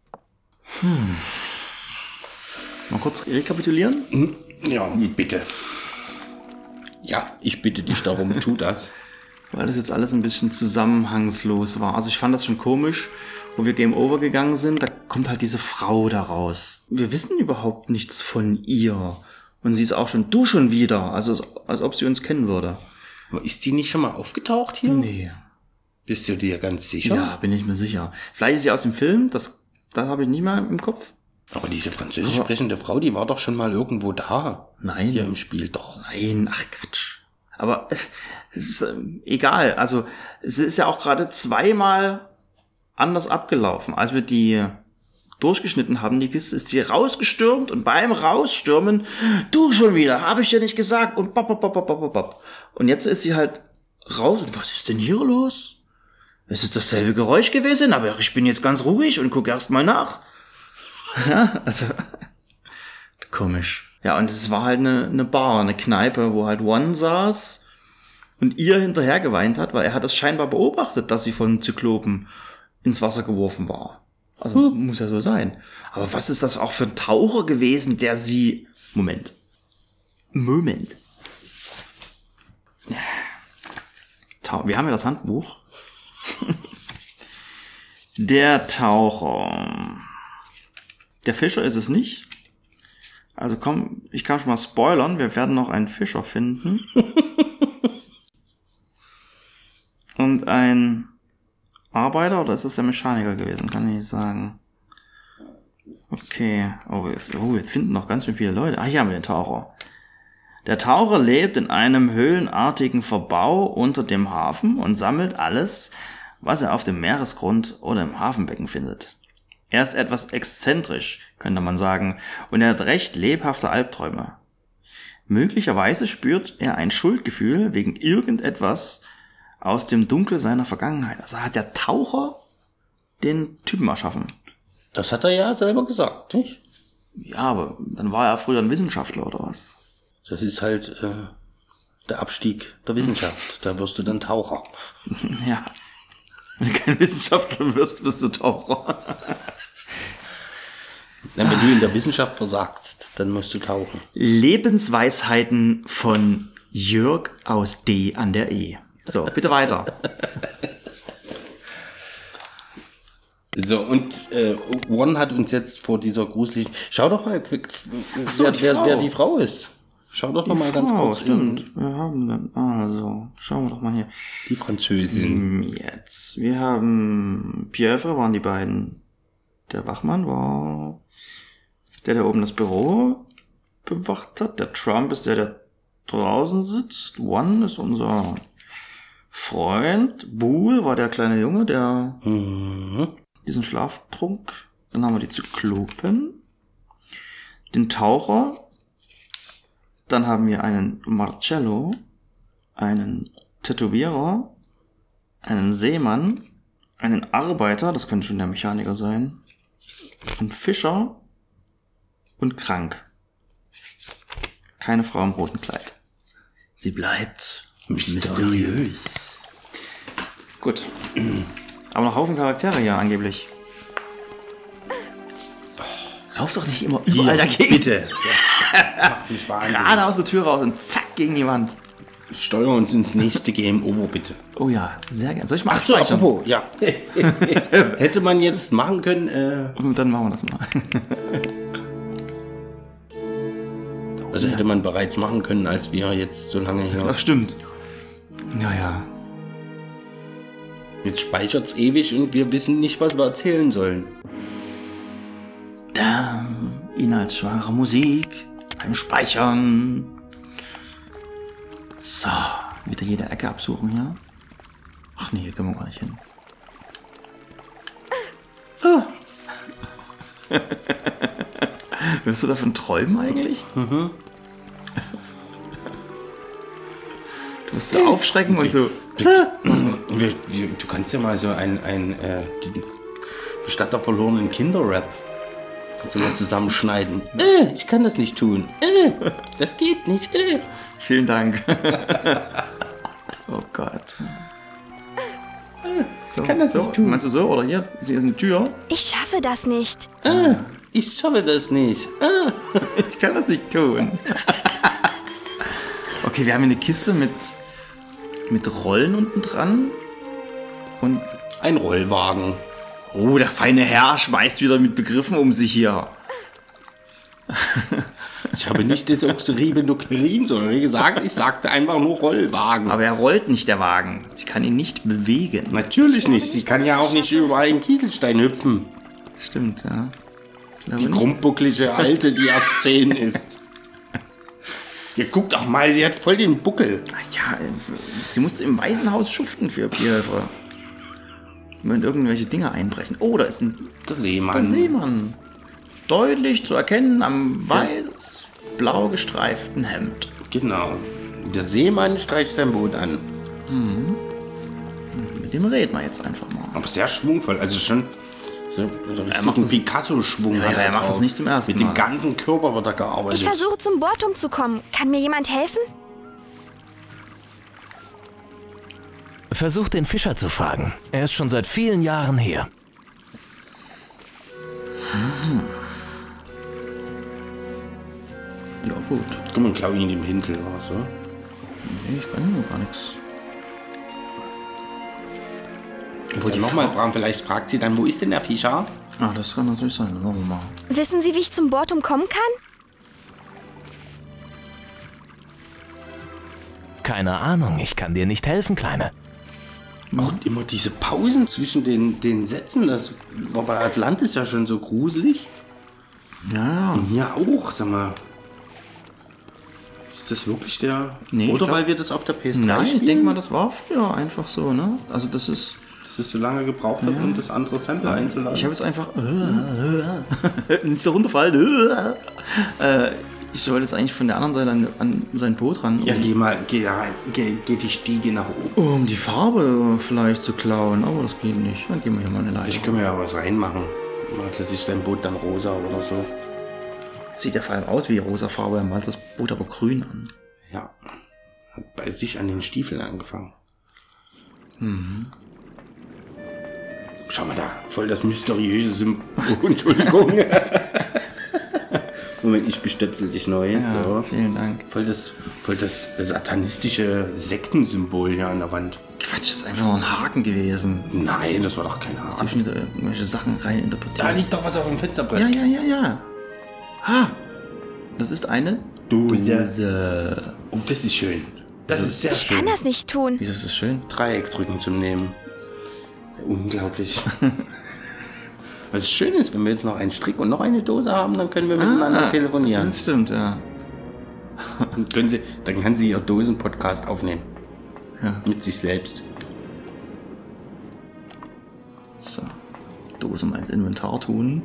Mal kurz rekapitulieren. Ja, bitte. Ja, ich bitte dich darum, tu das. Weil das jetzt alles ein bisschen zusammenhangslos war. Also ich fand das schon komisch, wo wir Game Over gegangen sind, da kommt halt diese Frau da raus. Wir wissen überhaupt nichts von ihr. Und sie ist auch schon, du schon wieder. Also als ob sie uns kennen würde. Aber ist die nicht schon mal aufgetaucht hier? Nee. Bist du dir ganz sicher? Ja, bin ich mir sicher. Vielleicht ist sie aus dem Film, das habe ich nicht mal im Kopf. Aber diese französisch sprechende Frau, die war doch schon mal irgendwo da. Nein. Hier im Spiel doch. Nein, ach Quatsch. Aber es ist egal. Also es ist ja auch gerade zweimal anders abgelaufen. Als wir die durchgeschnitten haben, die Kiste, ist sie rausgestürmt und beim Rausstürmen, du schon wieder, habe ich dir nicht gesagt und bop, bop, bop, bop, bop, bop. Und jetzt ist sie halt raus und was ist denn hier los? Es ist dasselbe Geräusch gewesen, aber ich bin jetzt ganz ruhig und gucke erst mal nach. Ja, also komisch. Ja, und es war halt eine Bar, eine Kneipe, wo halt One saß und ihr hinterher geweint hat, weil er hat das scheinbar beobachtet, dass sie von Zyklopen ins Wasser geworfen war. Also muss ja so sein. Aber was ist das auch für ein Taucher gewesen, der sie... Moment. Wir haben ja das Handbuch. Der Taucher. Der Fischer ist es nicht. Also komm, ich kann schon mal spoilern. Wir werden noch einen Fischer finden. Und ein Arbeiter, oder ist es der Mechaniker gewesen? Kann ich nicht sagen. Okay. Oh, wir finden noch ganz schön viele Leute. Ach, hier haben wir den Taucher. Der Taucher lebt in einem höhlenartigen Verbau unter dem Hafen und sammelt alles, was er auf dem Meeresgrund oder im Hafenbecken findet. Er ist etwas exzentrisch, könnte man sagen, und er hat recht lebhafte Albträume. Möglicherweise spürt er ein Schuldgefühl wegen irgendetwas aus dem Dunkel seiner Vergangenheit. Also hat der Taucher den Typen erschaffen. Das hat er ja selber gesagt, nicht? Ja, aber dann war er früher ein Wissenschaftler oder was? Das ist halt der Abstieg der Wissenschaft. Da wirst du dann Taucher. Ja. Wenn du kein Wissenschaftler wirst, bist du Taucher. Wenn du in der Wissenschaft versagst, dann musst du tauchen. Lebensweisheiten von Jörg aus D an der E. So, bitte weiter. So, und One hat uns jetzt vor dieser gruseligen... Schau doch mal, wer die Frau ist. Schau doch noch mal ganz kurz. Stimmt. Wir haben dann... Also, schauen wir doch mal hier. Die Französin. Jetzt. Wir haben... Pièvre waren die beiden. Der Wachmann war... Der oben das Büro bewacht hat. Der Trump ist der draußen sitzt. One ist unser Freund. Boole war der kleine Junge, der diesen Schlaftrunk. Dann haben wir die Zyklopen. Den Taucher. Dann haben wir einen Marcello. Einen Tätowierer. Einen Seemann. Einen Arbeiter. Das könnte schon der Mechaniker sein. Einen Fischer. Und krank. Keine Frau im roten Kleid. Sie bleibt mysteriös. Gut. Aber noch Haufen Charaktere hier angeblich. Lauf doch nicht immer überall dagegen. Bitte. Das macht mich wahnsinnig. Gerade aus der Tür raus und zack gegen die Wand. Steuer uns ins nächste Game over, bitte. Oh ja, sehr gern. Soll ich mal Ach so, abspeichern? apropos, ja. Hätte man jetzt machen können. Und dann machen wir das mal. Also hätte man bereits machen können, als wir jetzt so lange hier... Das stimmt. Ja. Jetzt speichert's ewig und wir wissen nicht, was wir erzählen sollen. Da, inhaltsschwangere Musik beim Speichern. So, wieder jede Ecke absuchen hier. Ach nee, hier können wir gar nicht hin. Wirst du davon träumen eigentlich? Du wirst so aufschrecken und so... Du kannst ja mal so die Stadt der verlorenen Kinder-Rap kannst du mal zusammenschneiden. Ich kann das nicht tun. Das geht nicht. Vielen Dank. Oh Gott. Ich kann das nicht tun. Meinst du so? Oder hier? Hier ist eine Tür. Ich schaffe das nicht. Ich schaffe das nicht. Ich kann das nicht tun. Okay, wir haben hier eine Kiste mit Rollen unten dran. Und ein Rollwagen. oh, der feine Herr schmeißt wieder mit Begriffen um sich hier. Ich habe nicht Desoxyribonuclein, sondern gesagt, ich sagte einfach nur Rollwagen. Aber er rollt nicht, der Wagen. Sie kann ihn nicht bewegen. Natürlich nicht. Sie kann ja auch nicht überall im Kieselstein hüpfen. Stimmt, ja. Ich glaube Die nicht. krummbucklige Alte, die erst 10 ist. Ihr guckt doch mal, sie hat voll den Buckel. Ja, sie musste im Waisenhaus schuften für Helfer. Wenn irgendwelche Dinge einbrechen. Oh, da ist Der Seemann. der Seemann. Deutlich zu erkennen am weiß-blau gestreiften Hemd. Genau. Der Seemann streicht sein Boot an. Mit dem reden wir jetzt einfach mal. Aber sehr schwungvoll. Also schon so richtig macht ein das- Picasso-Schwung. Ja, hat er macht drauf. das nicht zum ersten Mit dem Mal. ganzen Körper wird er Ich gearbeitet. versuche zum Bordturm zu kommen. Kann mir jemand helfen? Versuch den Fischer zu fragen. Er ist schon seit vielen Jahren hier. Ja, gut. Guck mal, klau ihn im Hintel oder so. Nee, ich kann nur gar nichts. Ich wollte nochmal fragen, vielleicht fragt sie dann, wo ist denn der Fischer? Ah, das kann natürlich sein. Dann machen wir mal. Wissen Sie, wie ich zum Bordturm kommen kann? Keine Ahnung, ich kann dir nicht helfen, Kleine. Auch immer diese Pausen zwischen den Sätzen, das war bei Atlantis ja schon so gruselig. Ja. Und hier auch, sag mal. Ist das wirklich der? Nee, ich Oder glaub- weil wir das auf der PS3 Nein, ich spielen? denke mal, das war früher einfach so, ne? Also das ist... Dass es so lange gebraucht hat, um das andere Sample einzuladen. Ich habe jetzt einfach... nicht so runterfallen. Ich wollte jetzt eigentlich von der anderen Seite an sein Boot ran. Ja, geh die Stiege nach oben. Um die Farbe vielleicht zu klauen, aber das geht nicht. Dann gehen wir hier mal eine Leiter. Ich kann mir ja was reinmachen. Macht er sich sein Boot dann rosa oder so. Sieht ja vor allem aus wie rosa Farbe, er malt das Boot aber grün an. Ja. Hat bei sich an den Stiefeln angefangen. Schau mal da, voll das mysteriöse Symbol. Oh, Entschuldigung. Moment, ich bestöpsel dich neu. Ja, So. vielen Dank. Voll das satanistische Sektensymbol hier an der Wand. Quatsch, das ist einfach nur ein Haken gewesen. Nein, das war doch kein Du Haken. schon wieder irgendwelche Sachen rein interpretiert. Da liegt doch was auf dem Fensterbrett. Ja. Ha! Das ist eine Dose. Oh, das ist schön. Das ist sehr Ich kann schön. das nicht tun. Wieso ist das schön? Dreieck drücken zum Nehmen. Unglaublich. Was schön ist, wenn wir jetzt noch einen Strick und noch eine Dose haben, dann können wir miteinander telefonieren. Das stimmt, ja. Dann kann sie ihr Dosen-Podcast aufnehmen. Ja. Mit sich selbst. So. Dose mal ins Inventar tun.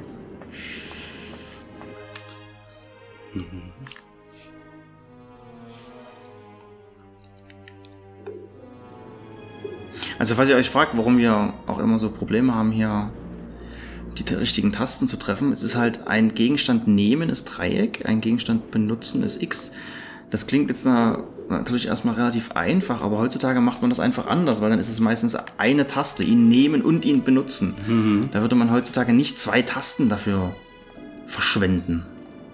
Also falls ihr euch fragt, warum wir auch immer so Probleme haben, hier die richtigen Tasten zu treffen, es ist halt ein Gegenstand nehmen ist Dreieck, ein Gegenstand benutzen ist X. Das klingt jetzt natürlich erstmal relativ einfach, aber heutzutage macht man das einfach anders, weil dann ist es meistens eine Taste, ihn nehmen und ihn benutzen. Da würde man heutzutage nicht 2 Tasten dafür verschwenden.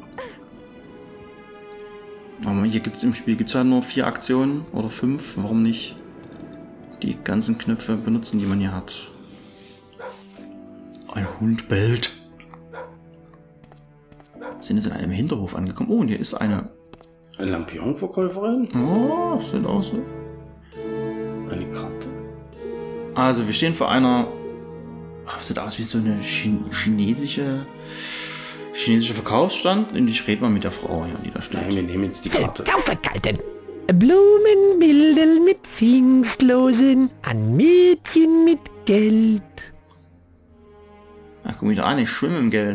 Aber hier gibt's im Spiel halt nur 4 Aktionen oder 5, warum nicht die ganzen Knöpfe benutzen, die man hier hat. Ein Hund bellt. Sind jetzt in einem Hinterhof angekommen. Oh, und hier ist eine Eine Lampion-Verkäuferin? Oh, sieht aus so. Eine Karte? Also, wir stehen vor einer... sieht aus wie so eine chinesische Verkaufsstand. Und ich rede mal mit der Frau, ja, die da steht. Nein, wir nehmen jetzt die Karte. Kaufverkalten. Blumenbilder mit Pfingstlosen an Mädchen mit Geld. Ach, guck mich da an, ich schwimme im Geld.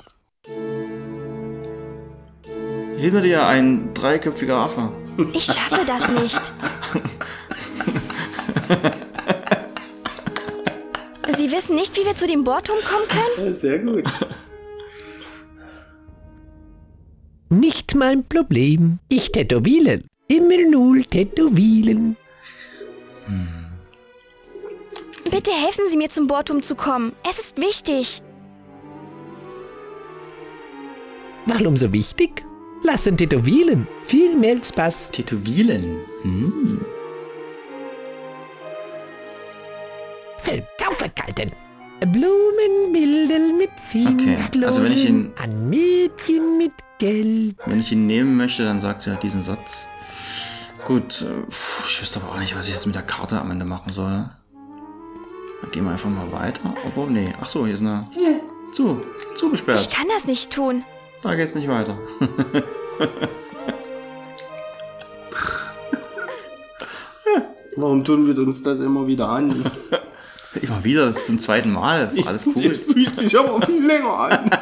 Hinter dir ein dreiköpfiger Affe. Ich schaffe das nicht. Sie wissen nicht, wie wir zu dem Bohrturm kommen können? Ja, sehr gut. Nicht mein Problem. Ich tätowieren. Immer null tätowieren. Bitte helfen Sie mir, zum Bohrturm zu kommen. Es ist wichtig. Warum so wichtig? Lassen tätowieren. Viel mehr Spaß. Tätowieren. Kaufverkalten. Blumenbilder mit Pfingstlosen also wenn ich ihn- an Mädchen mit Geld. Wenn ich ihn nehmen möchte, dann sagt sie halt diesen Satz. Gut, ich wüsste aber auch nicht, was ich jetzt mit der Karte am Ende machen soll. Dann gehen wir einfach mal weiter. Obwohl, nee. Ach so, hier ist eine... Zugesperrt. Ich kann das nicht tun. Da geht's nicht weiter. Warum tun wir uns das immer wieder an? Immer wieder, das ist zum zweiten Mal. Das ist alles cool. Es fühlt sich aber viel länger an.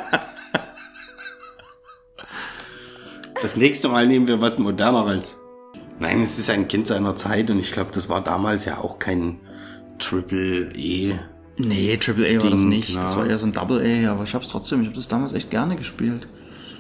Das nächste Mal nehmen wir was Moderneres. Nein, es ist ein Kind seiner Zeit und ich glaube, das war damals ja auch kein Triple-E. Nee, Triple A war das Ding, nicht. klar. Das war eher so ein Double A, aber ich hab's trotzdem. Ich habe das damals echt gerne gespielt.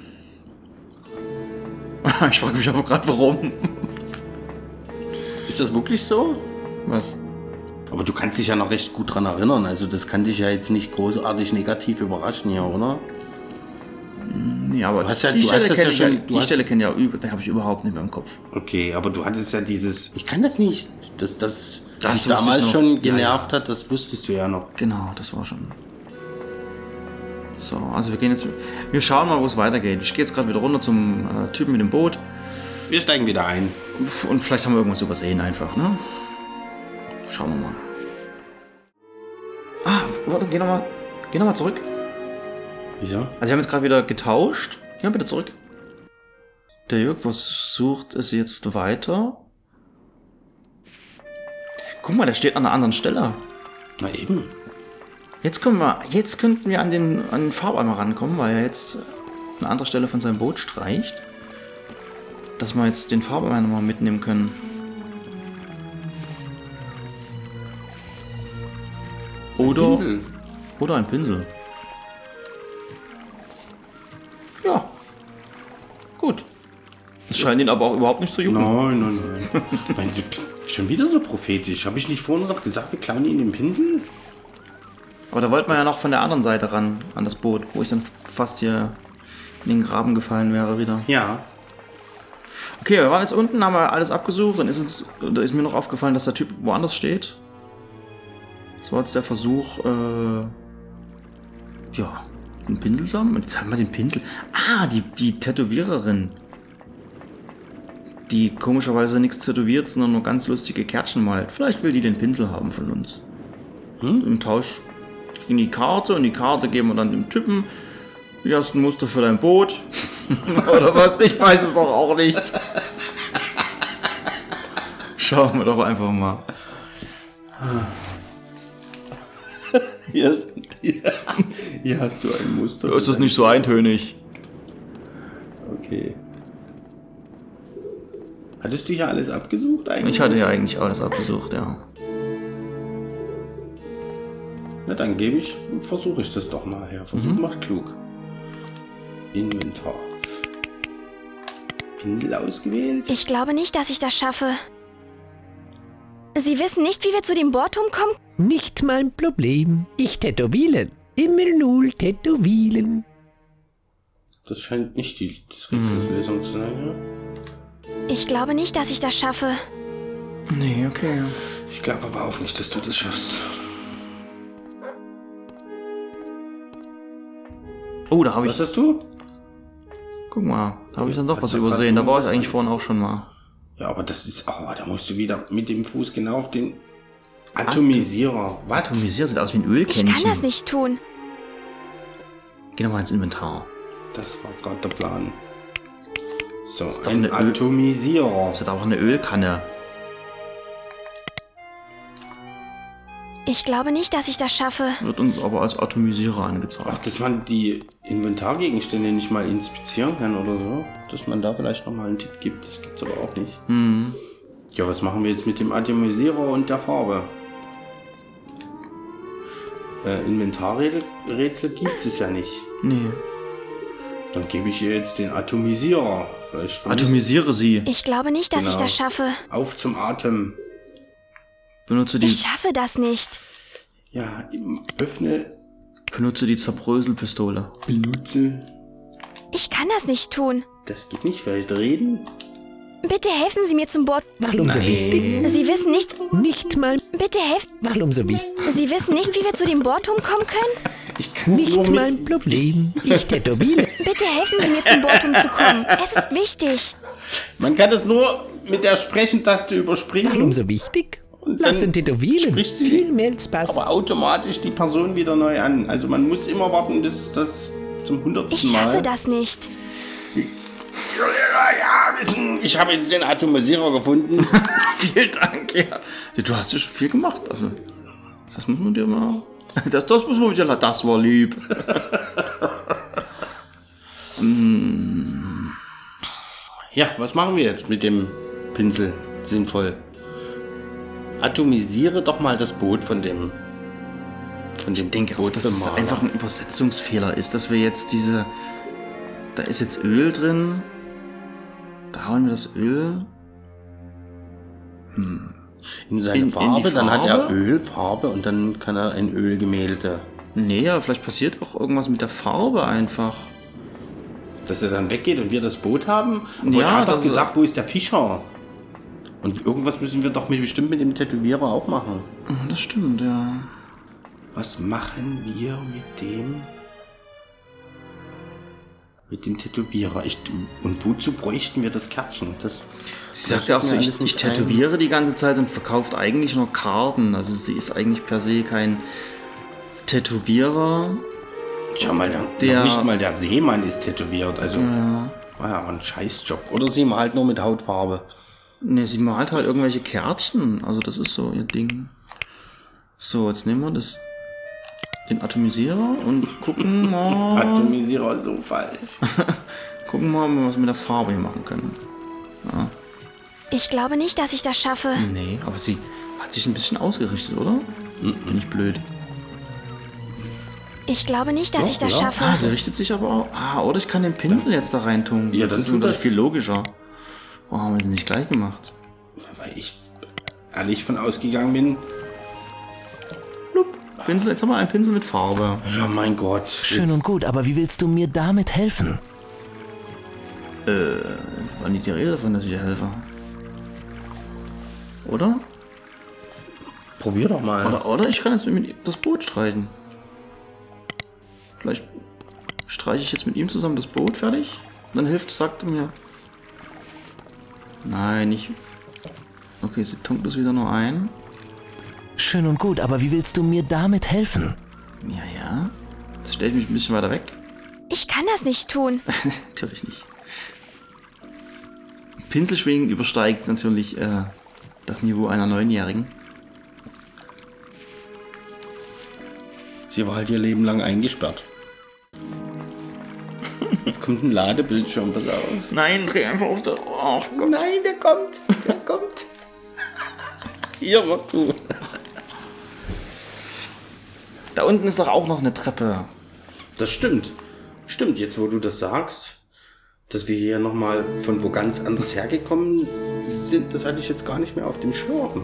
Ich frage mich aber gerade, warum. Ist das wirklich so? Was? Aber du kannst dich ja noch recht gut dran erinnern. Also das kann dich ja jetzt nicht großartig negativ überraschen hier, oder? Nee, aber Du hast ja- die du hast Stelle das ja kenne ich schon- ja, du die hast- Stelle kenne ja, die habe ich überhaupt nicht mehr im Kopf. Okay, aber du hattest ja dieses... Ich kann das nicht. Das Das dich wusste damals ich noch. schon Ja, genervt hat, das wusstest du ja noch. Genau, das war schon. So, also wir gehen jetzt. Wir schauen mal, wo es weitergeht. Ich gehe jetzt gerade wieder runter zum Typen mit dem Boot. Wir steigen wieder ein. Und vielleicht haben wir irgendwas übersehen einfach, ne? Schauen wir mal. Ah, warte, geh nochmal zurück. Wieso? Also wir haben jetzt gerade wieder getauscht. Geh mal bitte zurück. Der Jörg versucht es jetzt weiter. Guck mal, der steht an einer anderen Stelle. Na eben. Jetzt könnten wir an den Farbeimer rankommen, weil er jetzt eine andere Stelle von seinem Boot streicht. Dass wir jetzt den Farbeimer nochmal mitnehmen können. Oder ein Pinsel. Ja. Gut. Es scheint ihn aber auch überhaupt nicht zu jucken. Nein. Nein, schon wieder so prophetisch. Habe ich nicht vorhin noch gesagt, wir klauen ihn den Pinsel? Aber da wollten wir ja noch von der anderen Seite ran, an das Boot, wo ich dann fast hier in den Graben gefallen wäre wieder. Ja. Okay, wir waren jetzt unten, haben wir alles abgesucht, da ist mir noch aufgefallen, dass der Typ woanders steht. Das war jetzt der Versuch, einen Pinsel sammeln. Und jetzt haben wir den Pinsel. Ah, die Tätowiererin. Die komischerweise nichts tätowiert, sondern nur ganz lustige Kärtchen malt. Vielleicht will die den Pinsel haben von uns. Im Tausch gegen die Karte, und die Karte geben wir dann dem Typen. Die ersten Muster für dein Boot. Oder was? Ich weiß es doch auch nicht. Schauen wir doch einfach mal. Hier hast du ein Muster. Ist das nicht so eintönig? Okay. Hattest du hier alles abgesucht eigentlich? Ich hatte ja eigentlich alles abgesucht, ja. Na dann versuche ich das doch mal her. Versuch macht klug. Inventar. Pinsel ausgewählt. Ich glaube nicht, dass ich das schaffe. Sie wissen nicht, wie wir zu dem Bohrturm kommen? Nicht mein Problem. Ich tätowieren. Immer null tätowieren. Das scheint nicht die Rätselslösung zu sein, ja? Ich glaube nicht, dass ich das schaffe. Nee, okay. Ich glaube aber auch nicht, dass du das schaffst. Oh, da habe ich... Was hast du? Guck mal, da Habe ich dann doch was übersehen. Da war ich eigentlich vorhin auch schon mal. Ja, aber das ist... Oh, da musst du wieder mit dem Fuß genau auf den Atomisierer. Was? Atomisierer sieht aus wie ein Ich Ölkännchen. kann das nicht tun. Geh nochmal ins Inventar. Das war gerade der Plan. So, ist doch ein eine Atomisierer. Das hat auch eine Ölkanne. Ich glaube nicht, dass ich das schaffe. Wird uns aber als Atomisierer angezeigt. Ach, dass man die Inventargegenstände nicht mal inspizieren kann oder so. Dass man da vielleicht nochmal einen Tipp gibt. Das gibt's aber auch nicht. Ja, was machen wir jetzt mit dem Atomisierer und der Farbe? Inventarrätsel gibt es ja nicht. Nee. Dann gebe ich ihr jetzt den Atomisierer. Vielleicht Atomisiere sie. Ich glaube nicht, dass ich Genau. das schaffe. Auf zum Atem. Benutze die Ich schaffe das nicht. Ja, öffne, Benutze die Zerbröselpistole. benutze. Ich kann das nicht tun. Das geht nicht, vielleicht reden. Bitte helfen Sie mir zum Board. Warum so wichtig? Sie wissen nicht... Nicht mal. Bitte helfen... Warum so wichtig? Sie wissen nicht, wie wir zu dem Bohrturm kommen können? Ich kann es nur Nicht mit. mein Problem. Ich tätowiere. Bitte helfen Sie mir zum Bohrturm zu kommen. Es ist wichtig. Man kann es nur mit der Sprechentaste überspringen. Warum so wichtig? Und Lass dann ihn tätowieren. spricht sie Viel mehr Spaß. aber automatisch die Person wieder neu an. Also man muss immer warten, bis es das zum 100. Ich Mal... schaffe das nicht. Ich habe jetzt den Atomisierer gefunden. Vielen Dank, ja. Du hast ja schon viel gemacht. Also, das muss man dir mal... Das muss man dir... Das war lieb. Ja, was machen wir jetzt mit dem Pinsel sinnvoll? Atomisiere doch mal das Boot von dem... Ich denke auch, dass es Bootbemaler. einfach ein Übersetzungsfehler ist, dass wir jetzt diese... Da ist jetzt Öl drin. Da hauen wir das Öl. In seine in die Farbe, dann hat er Farbe? Ölfarbe und dann kann er ein Ölgemälde. Nee, aber vielleicht passiert auch irgendwas mit der Farbe einfach. Dass er dann weggeht und wir das Boot haben? Und Ja, er hat doch das- gesagt, wo ist der Fischer? Und irgendwas müssen wir doch bestimmt mit dem Tätowierer auch machen. Das stimmt, ja. Was machen wir mit dem Tätowierer? Und wozu bräuchten wir das Kärtchen? Das Sie sagt ja auch so, mir ich alles nicht tätowiere die ganze Zeit und verkauft eigentlich nur Karten. Also sie ist eigentlich per se kein Tätowierer. Schau mal, Der- noch nicht mal der Seemann ist tätowiert. Also, war ja ein Scheißjob. Oder sie malt nur mit Hautfarbe. Ne, sie malt halt irgendwelche Kärtchen. Also das ist so ihr Ding. So, jetzt nehmen wir den Atomisierer und gucken mal, Atomisierer so falsch. ob wir was mit der Farbe hier machen können. Ich glaube nicht, dass ich das schaffe. Nee, aber sie hat sich ein bisschen ausgerichtet, oder? Bin ich blöd. Ich glaube nicht, dass ich das ja. schaffe. Ah, sie richtet sich aber auch. Oder ich kann den Pinsel jetzt da rein tun. Ja, das das ist tut natürlich das. viel logischer. Warum haben wir das nicht gleich gemacht? Weil ich ehrlich von ausgegangen bin. Pinsel, jetzt haben wir einen Pinsel mit Farbe. Ja, mein Gott. Schön und gut, aber wie willst du mir damit helfen? War nicht die Rede davon, dass ich dir helfe? Oder? Probier doch mal. Oder ich kann jetzt mit ihm das Boot streichen. Vielleicht streiche ich jetzt mit ihm zusammen das Boot fertig. Dann sagt er mir. Nein, nicht. Okay, sie tunkt es wieder nur ein. Schön und gut, aber wie willst du mir damit helfen? Ja. Jetzt stelle ich mich ein bisschen weiter weg. Ich kann das nicht tun. Natürlich nicht. Pinselschwingen übersteigt natürlich das Niveau einer 9-Jährigen. Sie war halt ihr Leben lang eingesperrt. Jetzt kommt ein Ladebildschirm, pass auf. Nein, dreh einfach auf der... Oh Gott. Nein, der kommt. Der kommt. Hier, mach du. Da unten ist doch auch noch eine Treppe. Das stimmt. Stimmt, jetzt wo du das sagst, dass wir hier nochmal von wo ganz anders hergekommen sind, das hatte ich jetzt gar nicht mehr auf dem Schirm.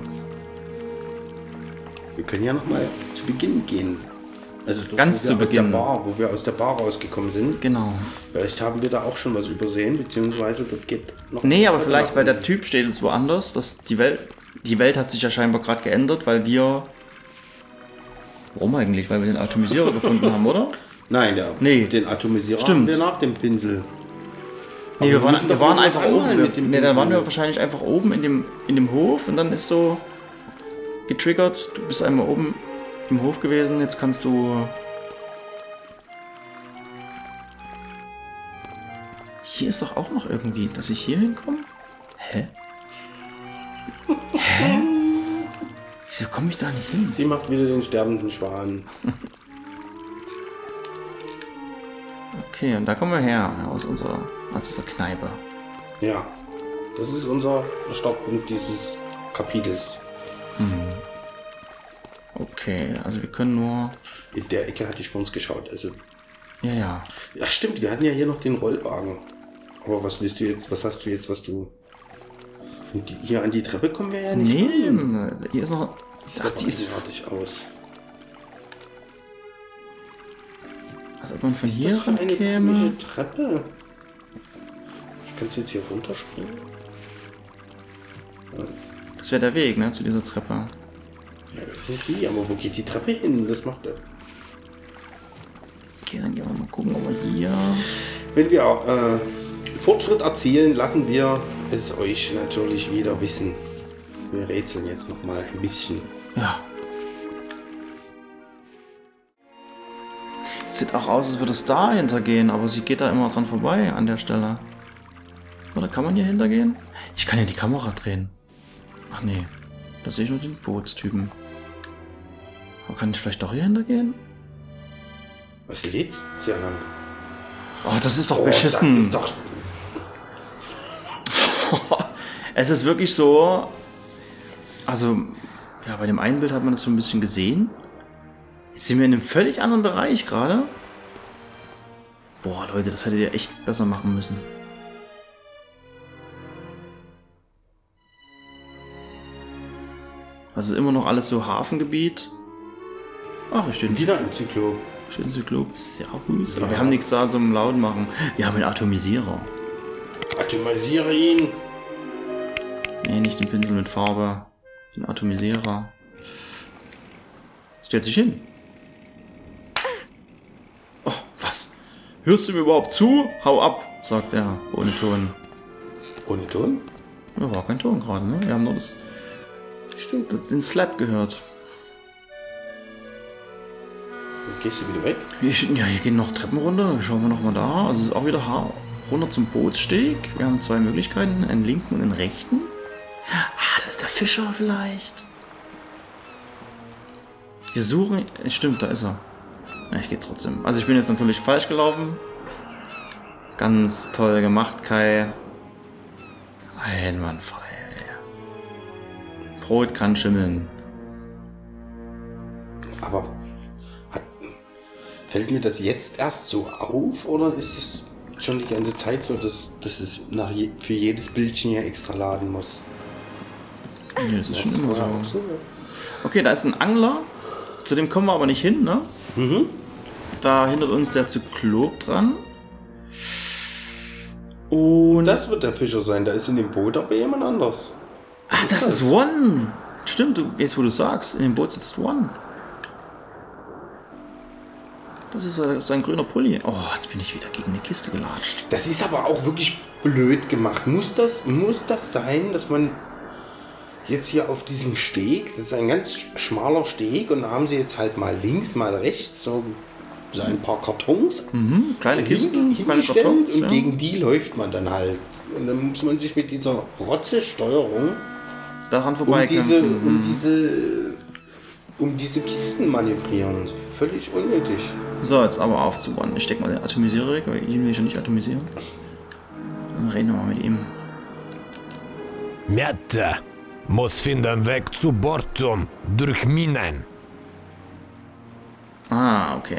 Wir können ja nochmal zu Beginn gehen. Also dort, Ganz wo wir zu aus der Beginn. Bar, wo wir aus der Bar rausgekommen sind. Genau. Vielleicht haben wir da auch schon was übersehen, beziehungsweise dort geht noch... Nee, aber vielleicht, weil der Typ steht jetzt woanders. Die Welt hat sich ja scheinbar gerade geändert, weil wir... Warum eigentlich? Weil wir den Atomisierer gefunden haben, oder? Nein, Nee. den Atomisierer Stimmt. haben wir nach dem Pinsel Nee, wir müssen doch waren irgendwas einfach oben. anmalen mit dem Nee, dann waren Pinsel. wir wahrscheinlich einfach oben in dem Hof und dann ist so getriggert. Du bist einmal oben im Hof gewesen, jetzt kannst du... Hier ist doch auch noch irgendwie, dass ich hier hinkomme? Hä? Hä? Wieso komme ich da nicht hin? Sie macht wieder den sterbenden Schwan. Okay, und da kommen wir her, aus unserer Kneipe. Ja, das ist unser Startpunkt dieses Kapitels. Okay, also wir können nur... In der Ecke hatte ich vor uns geschaut. Also, Ja. ach stimmt, wir hatten ja hier noch den Rollwagen. Aber was willst du jetzt, was hast du jetzt, was du... Und hier an die Treppe kommen wir ja nicht Nee, rein. hier ist noch... Ach, die ist... fertig aus. Also ob man von Ist hier das für eine rankäme... komische Treppe? Ich kann jetzt hier runterspringen. Das wäre der Weg, ne, zu dieser Treppe. Ja, irgendwie, aber wo geht die Treppe hin? Das macht er. Okay, dann gehen wir mal gucken, ob wir hier... Wenn wir Fortschritt erzielen, lassen wir es euch natürlich wieder wissen. Wir rätseln jetzt noch mal ein bisschen. Ja. Sieht auch aus, als würde es da hintergehen, aber sie geht da immer dran vorbei an der Stelle. Oder kann man hier hintergehen? Ich kann ja die Kamera drehen. Ach nee, da sehe ich nur den Bootstypen. Aber kann ich vielleicht doch hier hintergehen? Was lädst du ja lang? Oh, das ist doch beschissen. Das ist doch... Es ist wirklich so, also, ja, bei dem einen Bild hat man das so ein bisschen gesehen. Jetzt sind wir in einem völlig anderen Bereich gerade. Boah, Leute, das hättet ihr echt besser machen müssen. Also immer noch alles so Hafengebiet. Ach, ich stehe in Wieder ein Zyklop. Zyklop. Servus. Aber wir haben nichts da zum Laut machen. Wir haben einen Atomisierer. Atomisiere ihn. Nee, nicht den Pinsel mit Farbe. Den Atomisierer. Stellt sich hin. Oh, was? Hörst du mir überhaupt zu? Hau ab, sagt er, ohne Ton. Ohne Ton? Ja, war kein Ton gerade, ne? Wir haben nur das... Stimmt. Den Slap gehört. Dann gehst du wieder weg? Ja, hier gehen noch Treppen runter. Schauen wir nochmal da. Also es ist auch wieder runter zum Bootssteg. Wir haben zwei Möglichkeiten, einen linken und einen rechten. Ah, das ist der Fischer vielleicht. Wir suchen... Stimmt, da ist er. Na, ich gehe trotzdem. Also ich bin jetzt natürlich falsch gelaufen. Ganz toll gemacht, Kai. Einwandfrei. Brot kann schimmeln. Aber fällt mir das jetzt erst so auf oder ist es schon die ganze Zeit so, dass es für jedes Bildchen hier extra laden muss? Nee, das ist schon immer Ja, so. Okay, da ist ein Angler. Zu dem kommen wir aber nicht hin, ne? Mhm. Da hindert uns der Zyklop dran. Und... Das wird der Fischer sein, da ist in dem Boot aber jemand anders. Ach, das ist One. Stimmt, jetzt wo du sagst, in dem Boot sitzt One. Das ist sein grüner Pulli. Oh, jetzt bin ich wieder gegen eine Kiste gelatscht. Das ist aber auch wirklich blöd gemacht. Muss das sein, dass man jetzt hier auf diesem Steg, das ist ein ganz schmaler Steg und da haben sie jetzt halt mal links, mal rechts so ein paar Kartons Kleine Kisten, kleine hingestellt Kartons. und Ja. gegen die läuft man dann halt. Und dann muss man sich mit dieser Rotze-Steuerung Daran vorbeikämpfen. um diese Kisten manövrieren. Völlig unnötig. So, jetzt aber auf zu One. Ich steck mal den Atomisierer weg, weil ihn will ich ja nicht atomisieren. Dann reden wir mal mit ihm. Mette muss finden Weg zu Bordturm durch Minen. Ah, okay.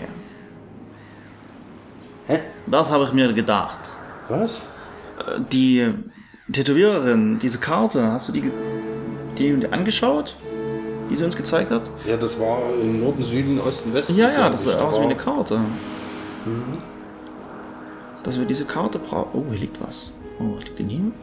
Hä? Das habe ich mir gedacht. Was? Die Tätowiererin, diese Karte, hast du die angeschaut? Die sie uns gezeigt hat? Ja, das war im Norden, Süden, Osten, Westen. Ja, das sah Da aus wie war- eine Karte. Dass wir diese Karte brauchen. Oh, hier liegt was. Oh, was liegt denn hier?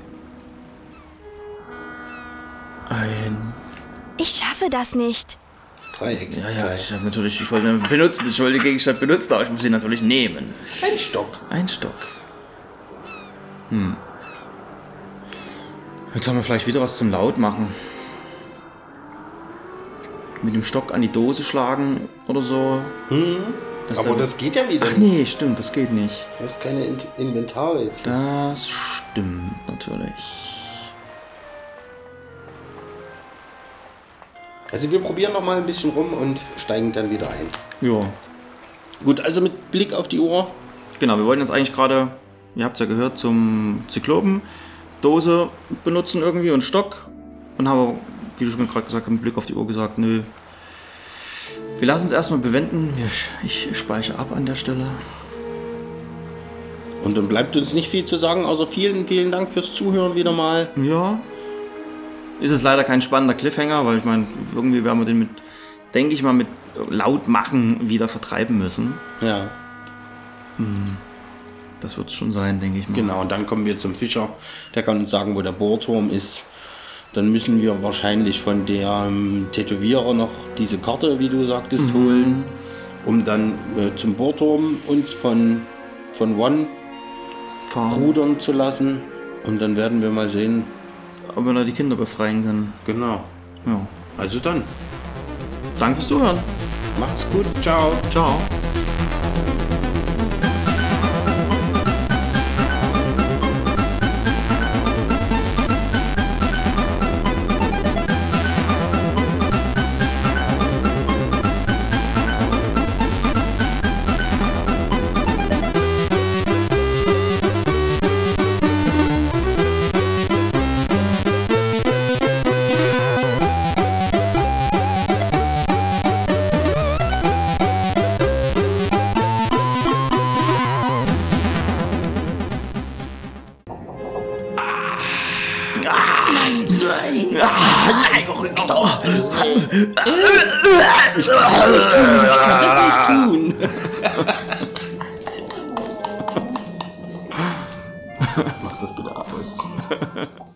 Ein... Ich schaffe das nicht. Dreieck. Ja, ich wollte ihn benutzen, ich wollte den Gegenstand benutzen, aber ich muss ihn natürlich nehmen. Ein Stock. Ein Stock. Jetzt haben wir vielleicht wieder was zum Lautmachen. Mit dem Stock an die Dose schlagen oder so. Aber das geht ja wieder Ach nee, stimmt, das geht nicht. Du hast keine Inventare jetzt. Das stimmt natürlich. Also wir probieren noch mal ein bisschen rum und steigen dann wieder ein. Ja. Gut, also mit Blick auf die Uhr. Genau, wir wollten jetzt eigentlich gerade, ihr habt es ja gehört, zum Zyklopen Dose benutzen irgendwie und Stock. Und haben aber, wie du schon gerade gesagt hast, mit Blick auf die Uhr gesagt, nö. Wir lassen es erstmal bewenden. Ich speichere ab an der Stelle. Und dann bleibt uns nicht viel zu sagen, außer vielen, vielen Dank fürs Zuhören wieder mal. Ja. Ist es leider kein spannender Cliffhanger, weil ich meine, irgendwie werden wir den denke ich mal, mit Lautmachen wieder vertreiben müssen. Ja. Das wird es schon sein, denke ich mal. Genau, und dann kommen wir zum Fischer. Der kann uns sagen, wo der Bohrturm ist. Dann müssen wir wahrscheinlich von dem Tätowierer noch diese Karte, wie du sagtest, holen, um dann zum Bohrturm uns von One rudern zu lassen. Und dann werden wir mal sehen, ob wir da die Kinder befreien können. Genau. Ja. Also dann. Danke fürs Zuhören. Macht's gut. Ciao. Ciao. Ich kann das nicht tun. Mach das bitte aus.